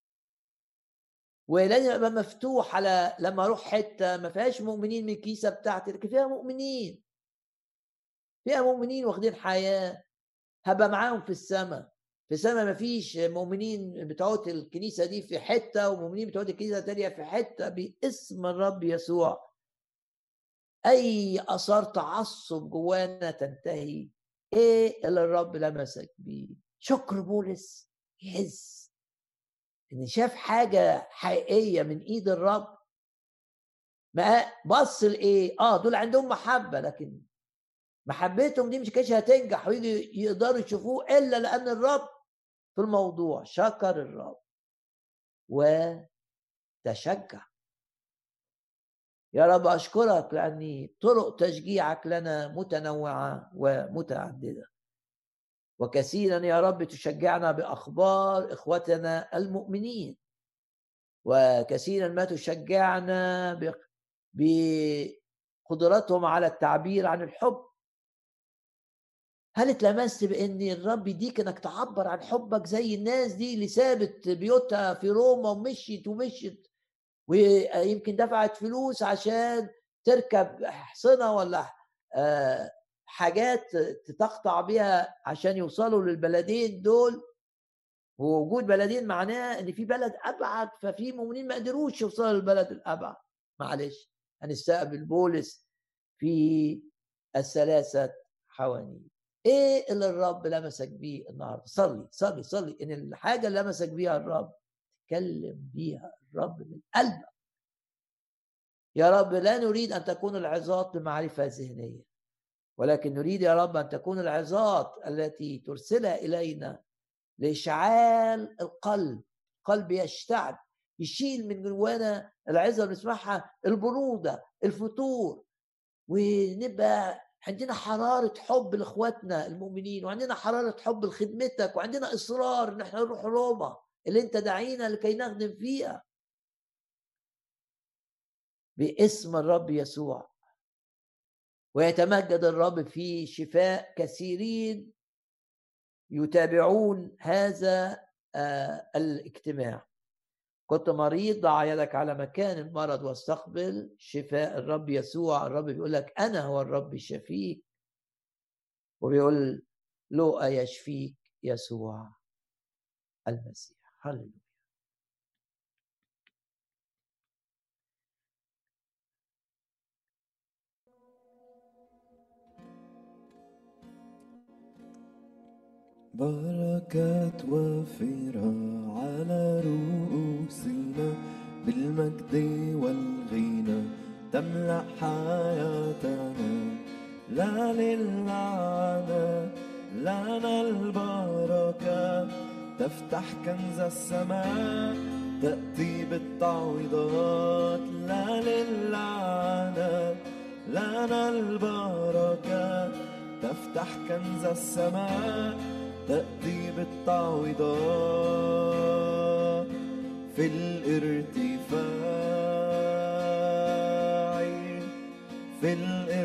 ولازم أبقى مفتوح على لما أروح حتة ما فيهاش مؤمنين من الكيسة بتاعتي، لكن فيها مؤمنين، فيها مؤمنين واخدين حياة، هبقى معاهم في السماء. في السماء ما فيش مؤمنين بتوع الكنيسة دي في حتة ومؤمنين بتوع الكنيسة التانية في حتة، باسم الرب يسوع. اي اثار تعصب جوانا تنتهي. ايه اللي الرب لمسك بيه؟ شكر بولس يحس ان شاف حاجه حقيقيه من ايد الرب. ما بص لايه؟ اه دول عندهم محبه، لكن محبتهم دي مش كانش هتنجح ويجي يقدروا يشوفوه الا لان الرب في الموضوع. شكر الرب وتشجع. يا رب أشكرك لأن طرق تشجيعك لنا متنوعة ومتعددة، وكثيرا يا رب تشجعنا بأخبار إخوتنا المؤمنين، وكثيرا ما تشجعنا بقدرتهم على التعبير عن الحب. هل اتلمست بأن الرب يديك أنك تعبر عن حبك زي الناس دي اللي سابت بيوتها في روما ومشيت ومشيت ويمكن دفعت فلوس عشان تركب حصنة ولا حاجات تقطع بيها عشان يوصلوا للبلدين دول؟ ووجود بلدين معناه ان في بلد ابعد، ففي مؤمنين ما قدروش يوصلوا للبلد الابعد. معلش هنستقبل بولس في الثلاثة حوانين. ايه اللي الرب لمسك بيه النهارده؟ صلي صلي صلي ان الحاجة اللي لمسك بيها الرب تكلم بيها الرب من قلبك. يا رب لا نريد أن تكون العظات بمعرفة ذهنية، ولكن نريد يا رب أن تكون العظات التي ترسلها إلينا لإشعال القلب. قلب يشتعل، يشيل من جوانا العظة اللي نسمعها البرودة، الفتور، ونبقى عندنا حرارة حب لإخواتنا المؤمنين، وعندنا حرارة حب لخدمتك، وعندنا إصرار إن احنا نروح روما اللي انت دعينا لكي نخدم فيها باسم الرب يسوع. ويتمجد الرب في شفاء كثيرين يتابعون هذا الاجتماع. كنت مريض، ضع يدك على مكان المرض واستقبل شفاء الرب يسوع. الرب بيقول لك أنا هو الرب شفيك، وبيقول له يشفيك يسوع المسيح. هللويا. بركات وافرة على رؤوسنا، بالمجد والغنى تملأ حياتنا. لا للعنة لنا البركة، تفتح كنز السماء تأتي بالتعويضات. لا للعنة لنا البركة، تفتح كنز السماء تأتي بالتعويضات. في الارتفاع في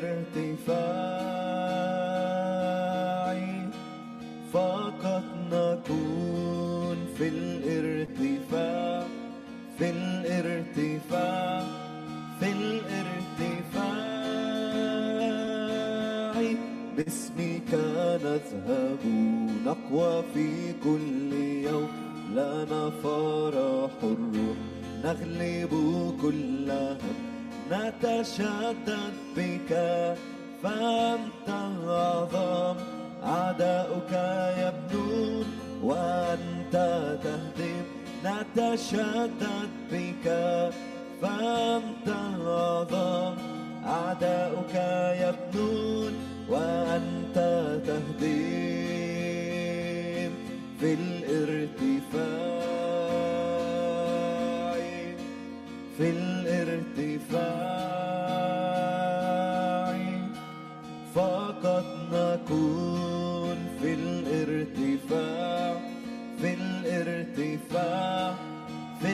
الارتفاع فقط نكون. في الارتفاع في الارتفاع في الارتفاع باسمك نذهب نقوى في كل يوم. لنا فرح الروح نغلب كل هم. نتشدد بك فأنت أعظم أعداؤك يبنون وأنت تهدم، نتشدد بك فأنت الأعظم. أعداؤك يبنون وأنت تهدم، في الارتفاع في الارتفاع فقط نكون، في الارتفاع في الارتفاع في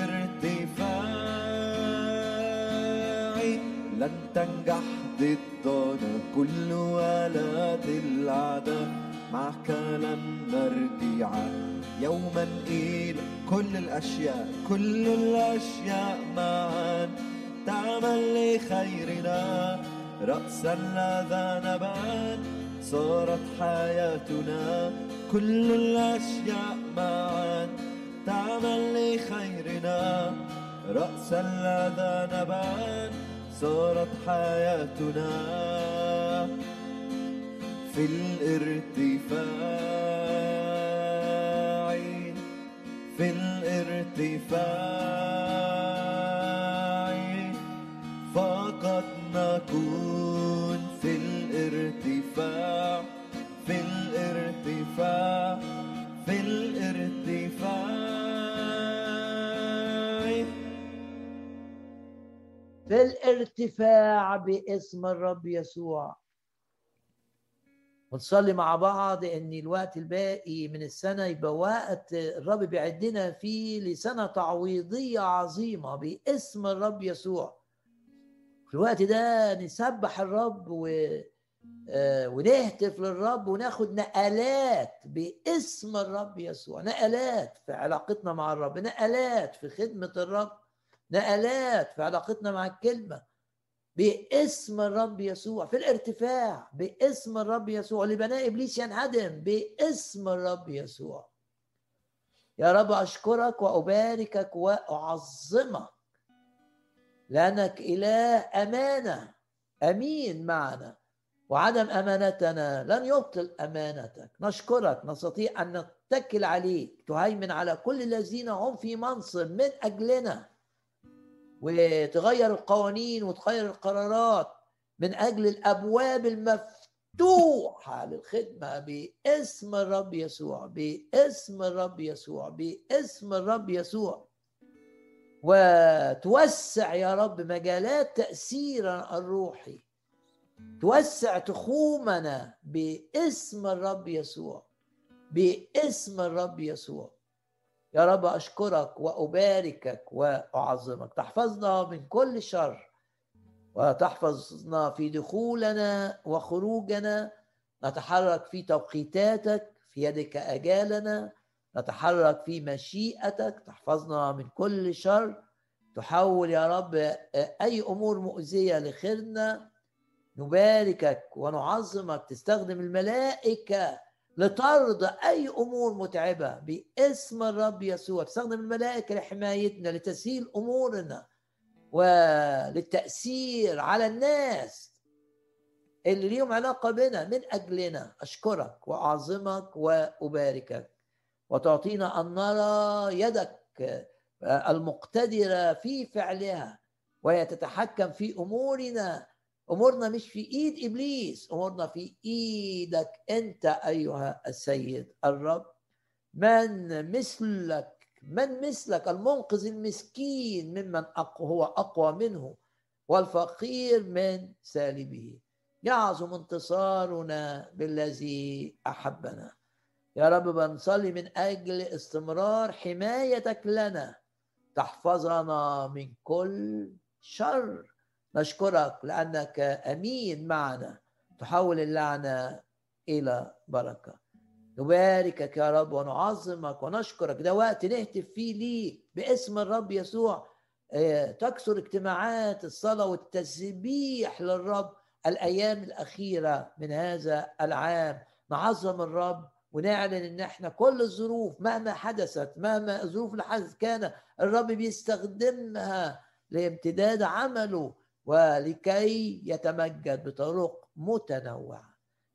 الارتفاع لن تنجح ضدنا كل آلات الأعداء، معك لن نرجع يوما إلى كل الأشياء كل الأشياء معا تعمل لخيرنا، رأسا لا ذنبا صارت حياتنا، كل الأشياء معا تعمل لخيرنا، رأسا لا ذنبا صارت حياتنا، في الارتفاع في الارتفاع فقط نكون، في الارتفاع في الارتفاع في الارتفاع في الارتفاع باسم الرب يسوع. ونصلي مع بعض ان الوقت الباقي من السنة يبقى وقت الرب بيعدنا فيه لسنة تعويضية عظيمة باسم الرب يسوع. في الوقت ده نسبح الرب و... آه ونهتف للرب وناخد نقلات باسم الرب يسوع، نقلات في علاقتنا مع الرب، نقلات في خدمة الرب، نقلات في علاقتنا مع الكلمة باسم الرب يسوع، في الارتفاع باسم الرب يسوع، لبناء إبليس ينهدم باسم الرب يسوع. يا رب أشكرك وأباركك وأعظمك لأنك إله أمانة، أمين معنا، وعدم أمانتنا لن يبطل أمانتك. نشكرك، نستطيع أن نتكل عليك، تهيمن على كل الذين هم في منصب من أجلنا، وتغير القوانين وتغير القرارات من أجل الأبواب المفتوحة للخدمة باسم الرب يسوع، باسم الرب يسوع، باسم الرب يسوع. وتوسع يا رب مجالات تأثيرنا الروحي، توسع تخومنا باسم الرب يسوع، باسم الرب يسوع. يا رب أشكرك وأباركك وأعظمك. تحفظنا من كل شر، وتحفظنا في دخولنا وخروجنا، نتحرك في توقيتاتك، في يدك أجالنا، نتحرك في مشيئتك. تحفظنا من كل شر، تحول يا رب أي أمور مؤذية لخيرنا. نباركك ونعظمك، تستخدم الملائكة لطرد أي أمور متعبة باسم الرب يسوع، تستخدم الملائكة لحمايتنا، لتسهيل أمورنا وللتأثير على الناس اللي ليهم علاقة بنا من أجلنا. أشكرك وأعظمك وأباركك، وتعطينا أن نرى يدك المقتدرة في فعلها، وهي تتحكم في أمورنا. أمورنا مش في إيد إبليس، أمورنا في إيدك أنت أيها السيد الرب. من مثلك من مثلك المنقذ المسكين ممن هو أقوى منه، والفقير من سالبه. يعظم انتصارنا بالذي أحبنا. يا رب بنصلي من أجل استمرار حمايتك لنا، تحفظنا من كل شر. نشكرك لأنك أمين معنا، تحول اللعنة إلى بركة. نباركك يا رب ونعظمك ونشكرك. ده وقت نهتف فيه ليك باسم الرب يسوع. تكثر اجتماعات الصلاة والتسبيح للرب الأيام الأخيرة من هذا العام. نعظم الرب ونعلن ان احنا كل الظروف مهما حدثت، مهما الظروف اللي حدثت، كان الرب بيستخدمها لامتداد عمله ولكي يتمجد بطرق متنوعة.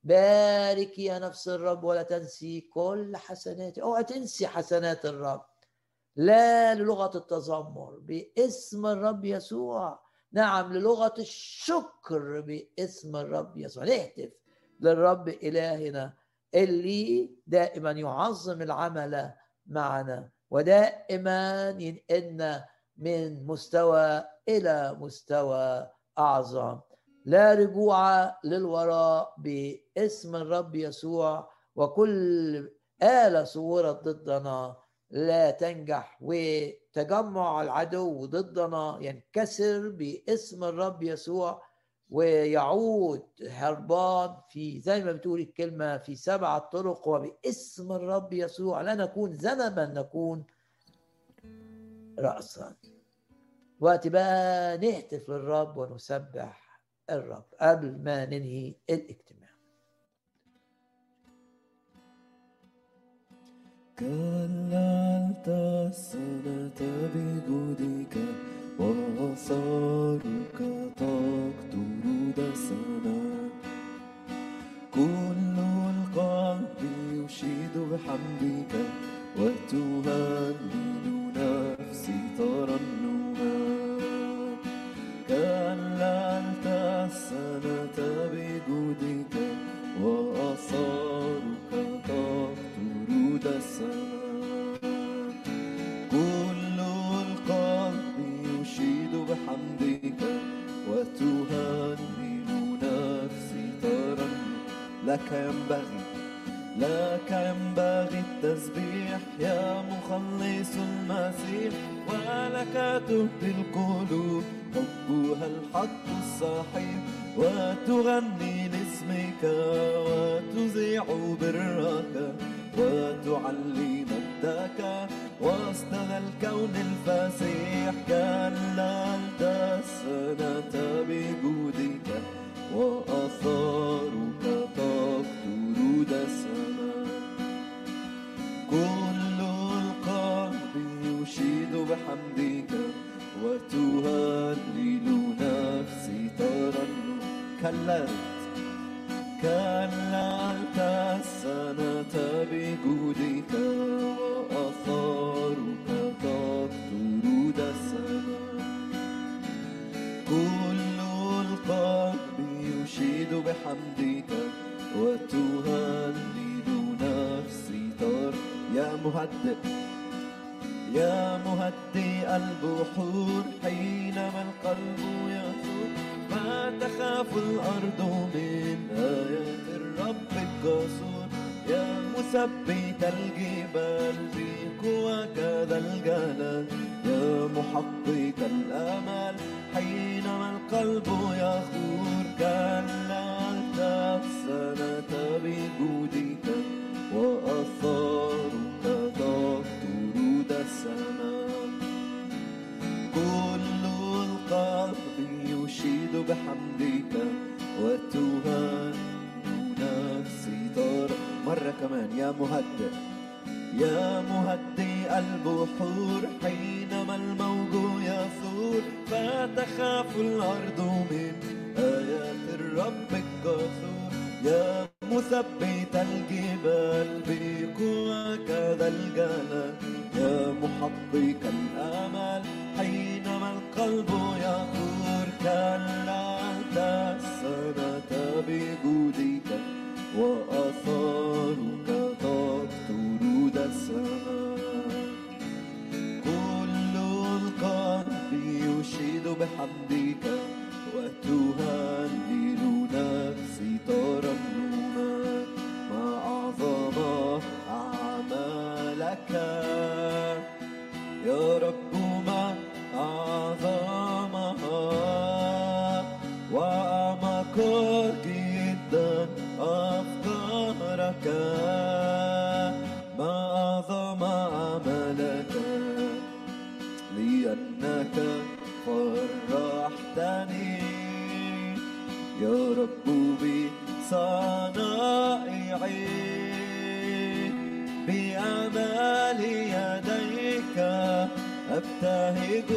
بارك يا نفس الرب ولا تنسي كل حسناته. اوعى تنسي حسنات الرب، لا للغة التذمر باسم الرب يسوع، نعم للغة الشكر باسم الرب يسوع. نهتف للرب إلهنا اللي دائما يعظم العمل معنا ودائما ينقلنا من مستوى إلى مستوى أعظم. لا رجوع للوراء باسم الرب يسوع. وكل آلة صورت ضدنا لا تنجح، وتجمع العدو ضدنا ينكسر باسم الرب يسوع، ويعود هربان في زي ما بتقول الكلمة في سبعة طرق. وباسم الرب يسوع لا نكون ذنبا، نكون رأسا. وقت بقى نهتف للرب ونسبح الرب قبل ما ننهي الاجتماع. كللت السنة بجودك وآثارك تقطر دسما، كل القلب يشيد بحمدك وتهلل نفسي ترنما. كللت السنة بجودك وآثارك تقطر دسما، كل القلب يشيد بحمدك وتهلل نفسي ترنما. لك ينبغي لك ينبغي التسبيح يا مخلص المسيح، ولك تهدي القلوب حبها الحق الصحيح، وتغني لاسمك وتذيع برك وتعلي مجدك وسط الكون الفسيح. كللت السنة بجودك وآثارك تقطر دسما، كل القلب يشيد بحمدك وتهلل نفسي ترنم. كللت كللت السنة بجودك وآثارك تقطر دسما، كل القلب يشيد بحمدك وتهلل نفسي تر. يا مهدئ يا مهدئ البحور حينما القلب يثور، ما تخاف الأرض من آيات الرب الجسور. يا مثبت الجبال بقوتك ذا الجلال، يا محقق الآمال حينما القلب يثور. كللت السنة بجودك وآثارك تقطر دسما، كل القلب يشيد بحمدك وتهلل نفسي تر. مرة كمان يا مهدئ يا مهدئ البحور حينما الموج يثور، فتخاف الأرض من آيات الرب الجسور. يا مثبت الجبال بقوتك ذا الجلال، يا محقق الآمال حينما القلب يثور. كللت السنة بجودك وآثارك تقطر دسما، كل القلب يشيد بحمدك وتهلل نفسي ترنما. ما أعظم أعمالك يا رب، ما أعظمها وأعمق جدا أفكارك. ما أعظم عملك لأنك فرحتني يا رب بصنائعي، بأعمال يديك أبتهج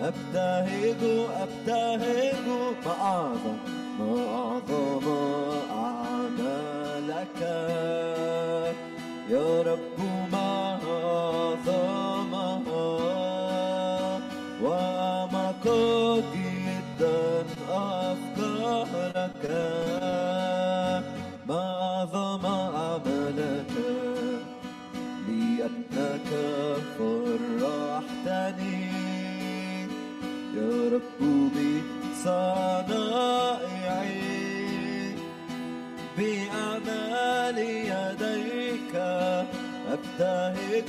أبتهج أبتهج. ما أعظم ما أعظم لك يا رب ما أعظمها وأعمق جدا أفكارك ما أعظم عملك لأنك فرحتني يا رب بصنائعي بأعمال يديك أبتهج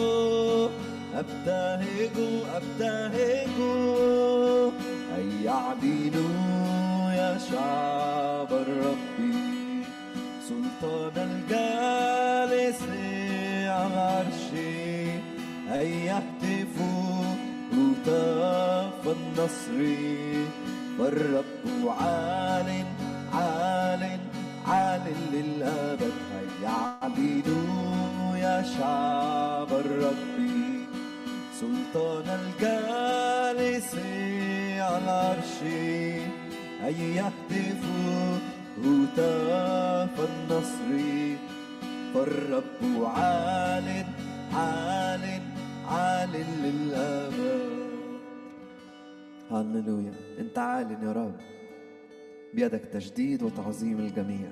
أبتهج أبتهج أن يعلنوا يا شعب الرب سلطان الجالس على العرش أن يهتفوا هتاف النصر والرب عال عال عال للأبد هيا يعلنوا يا شعب الرب سلطان الجالس على العرش أن يهتفوا هتاف النصر فالرب عال عال عال للأبد. هللويا. انت عال يا رب، بيدك تجديد وتعظيم الجميع،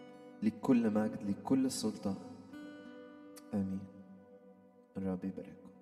لكل مجد لكل السلطان. آمين. الرب يبارككم.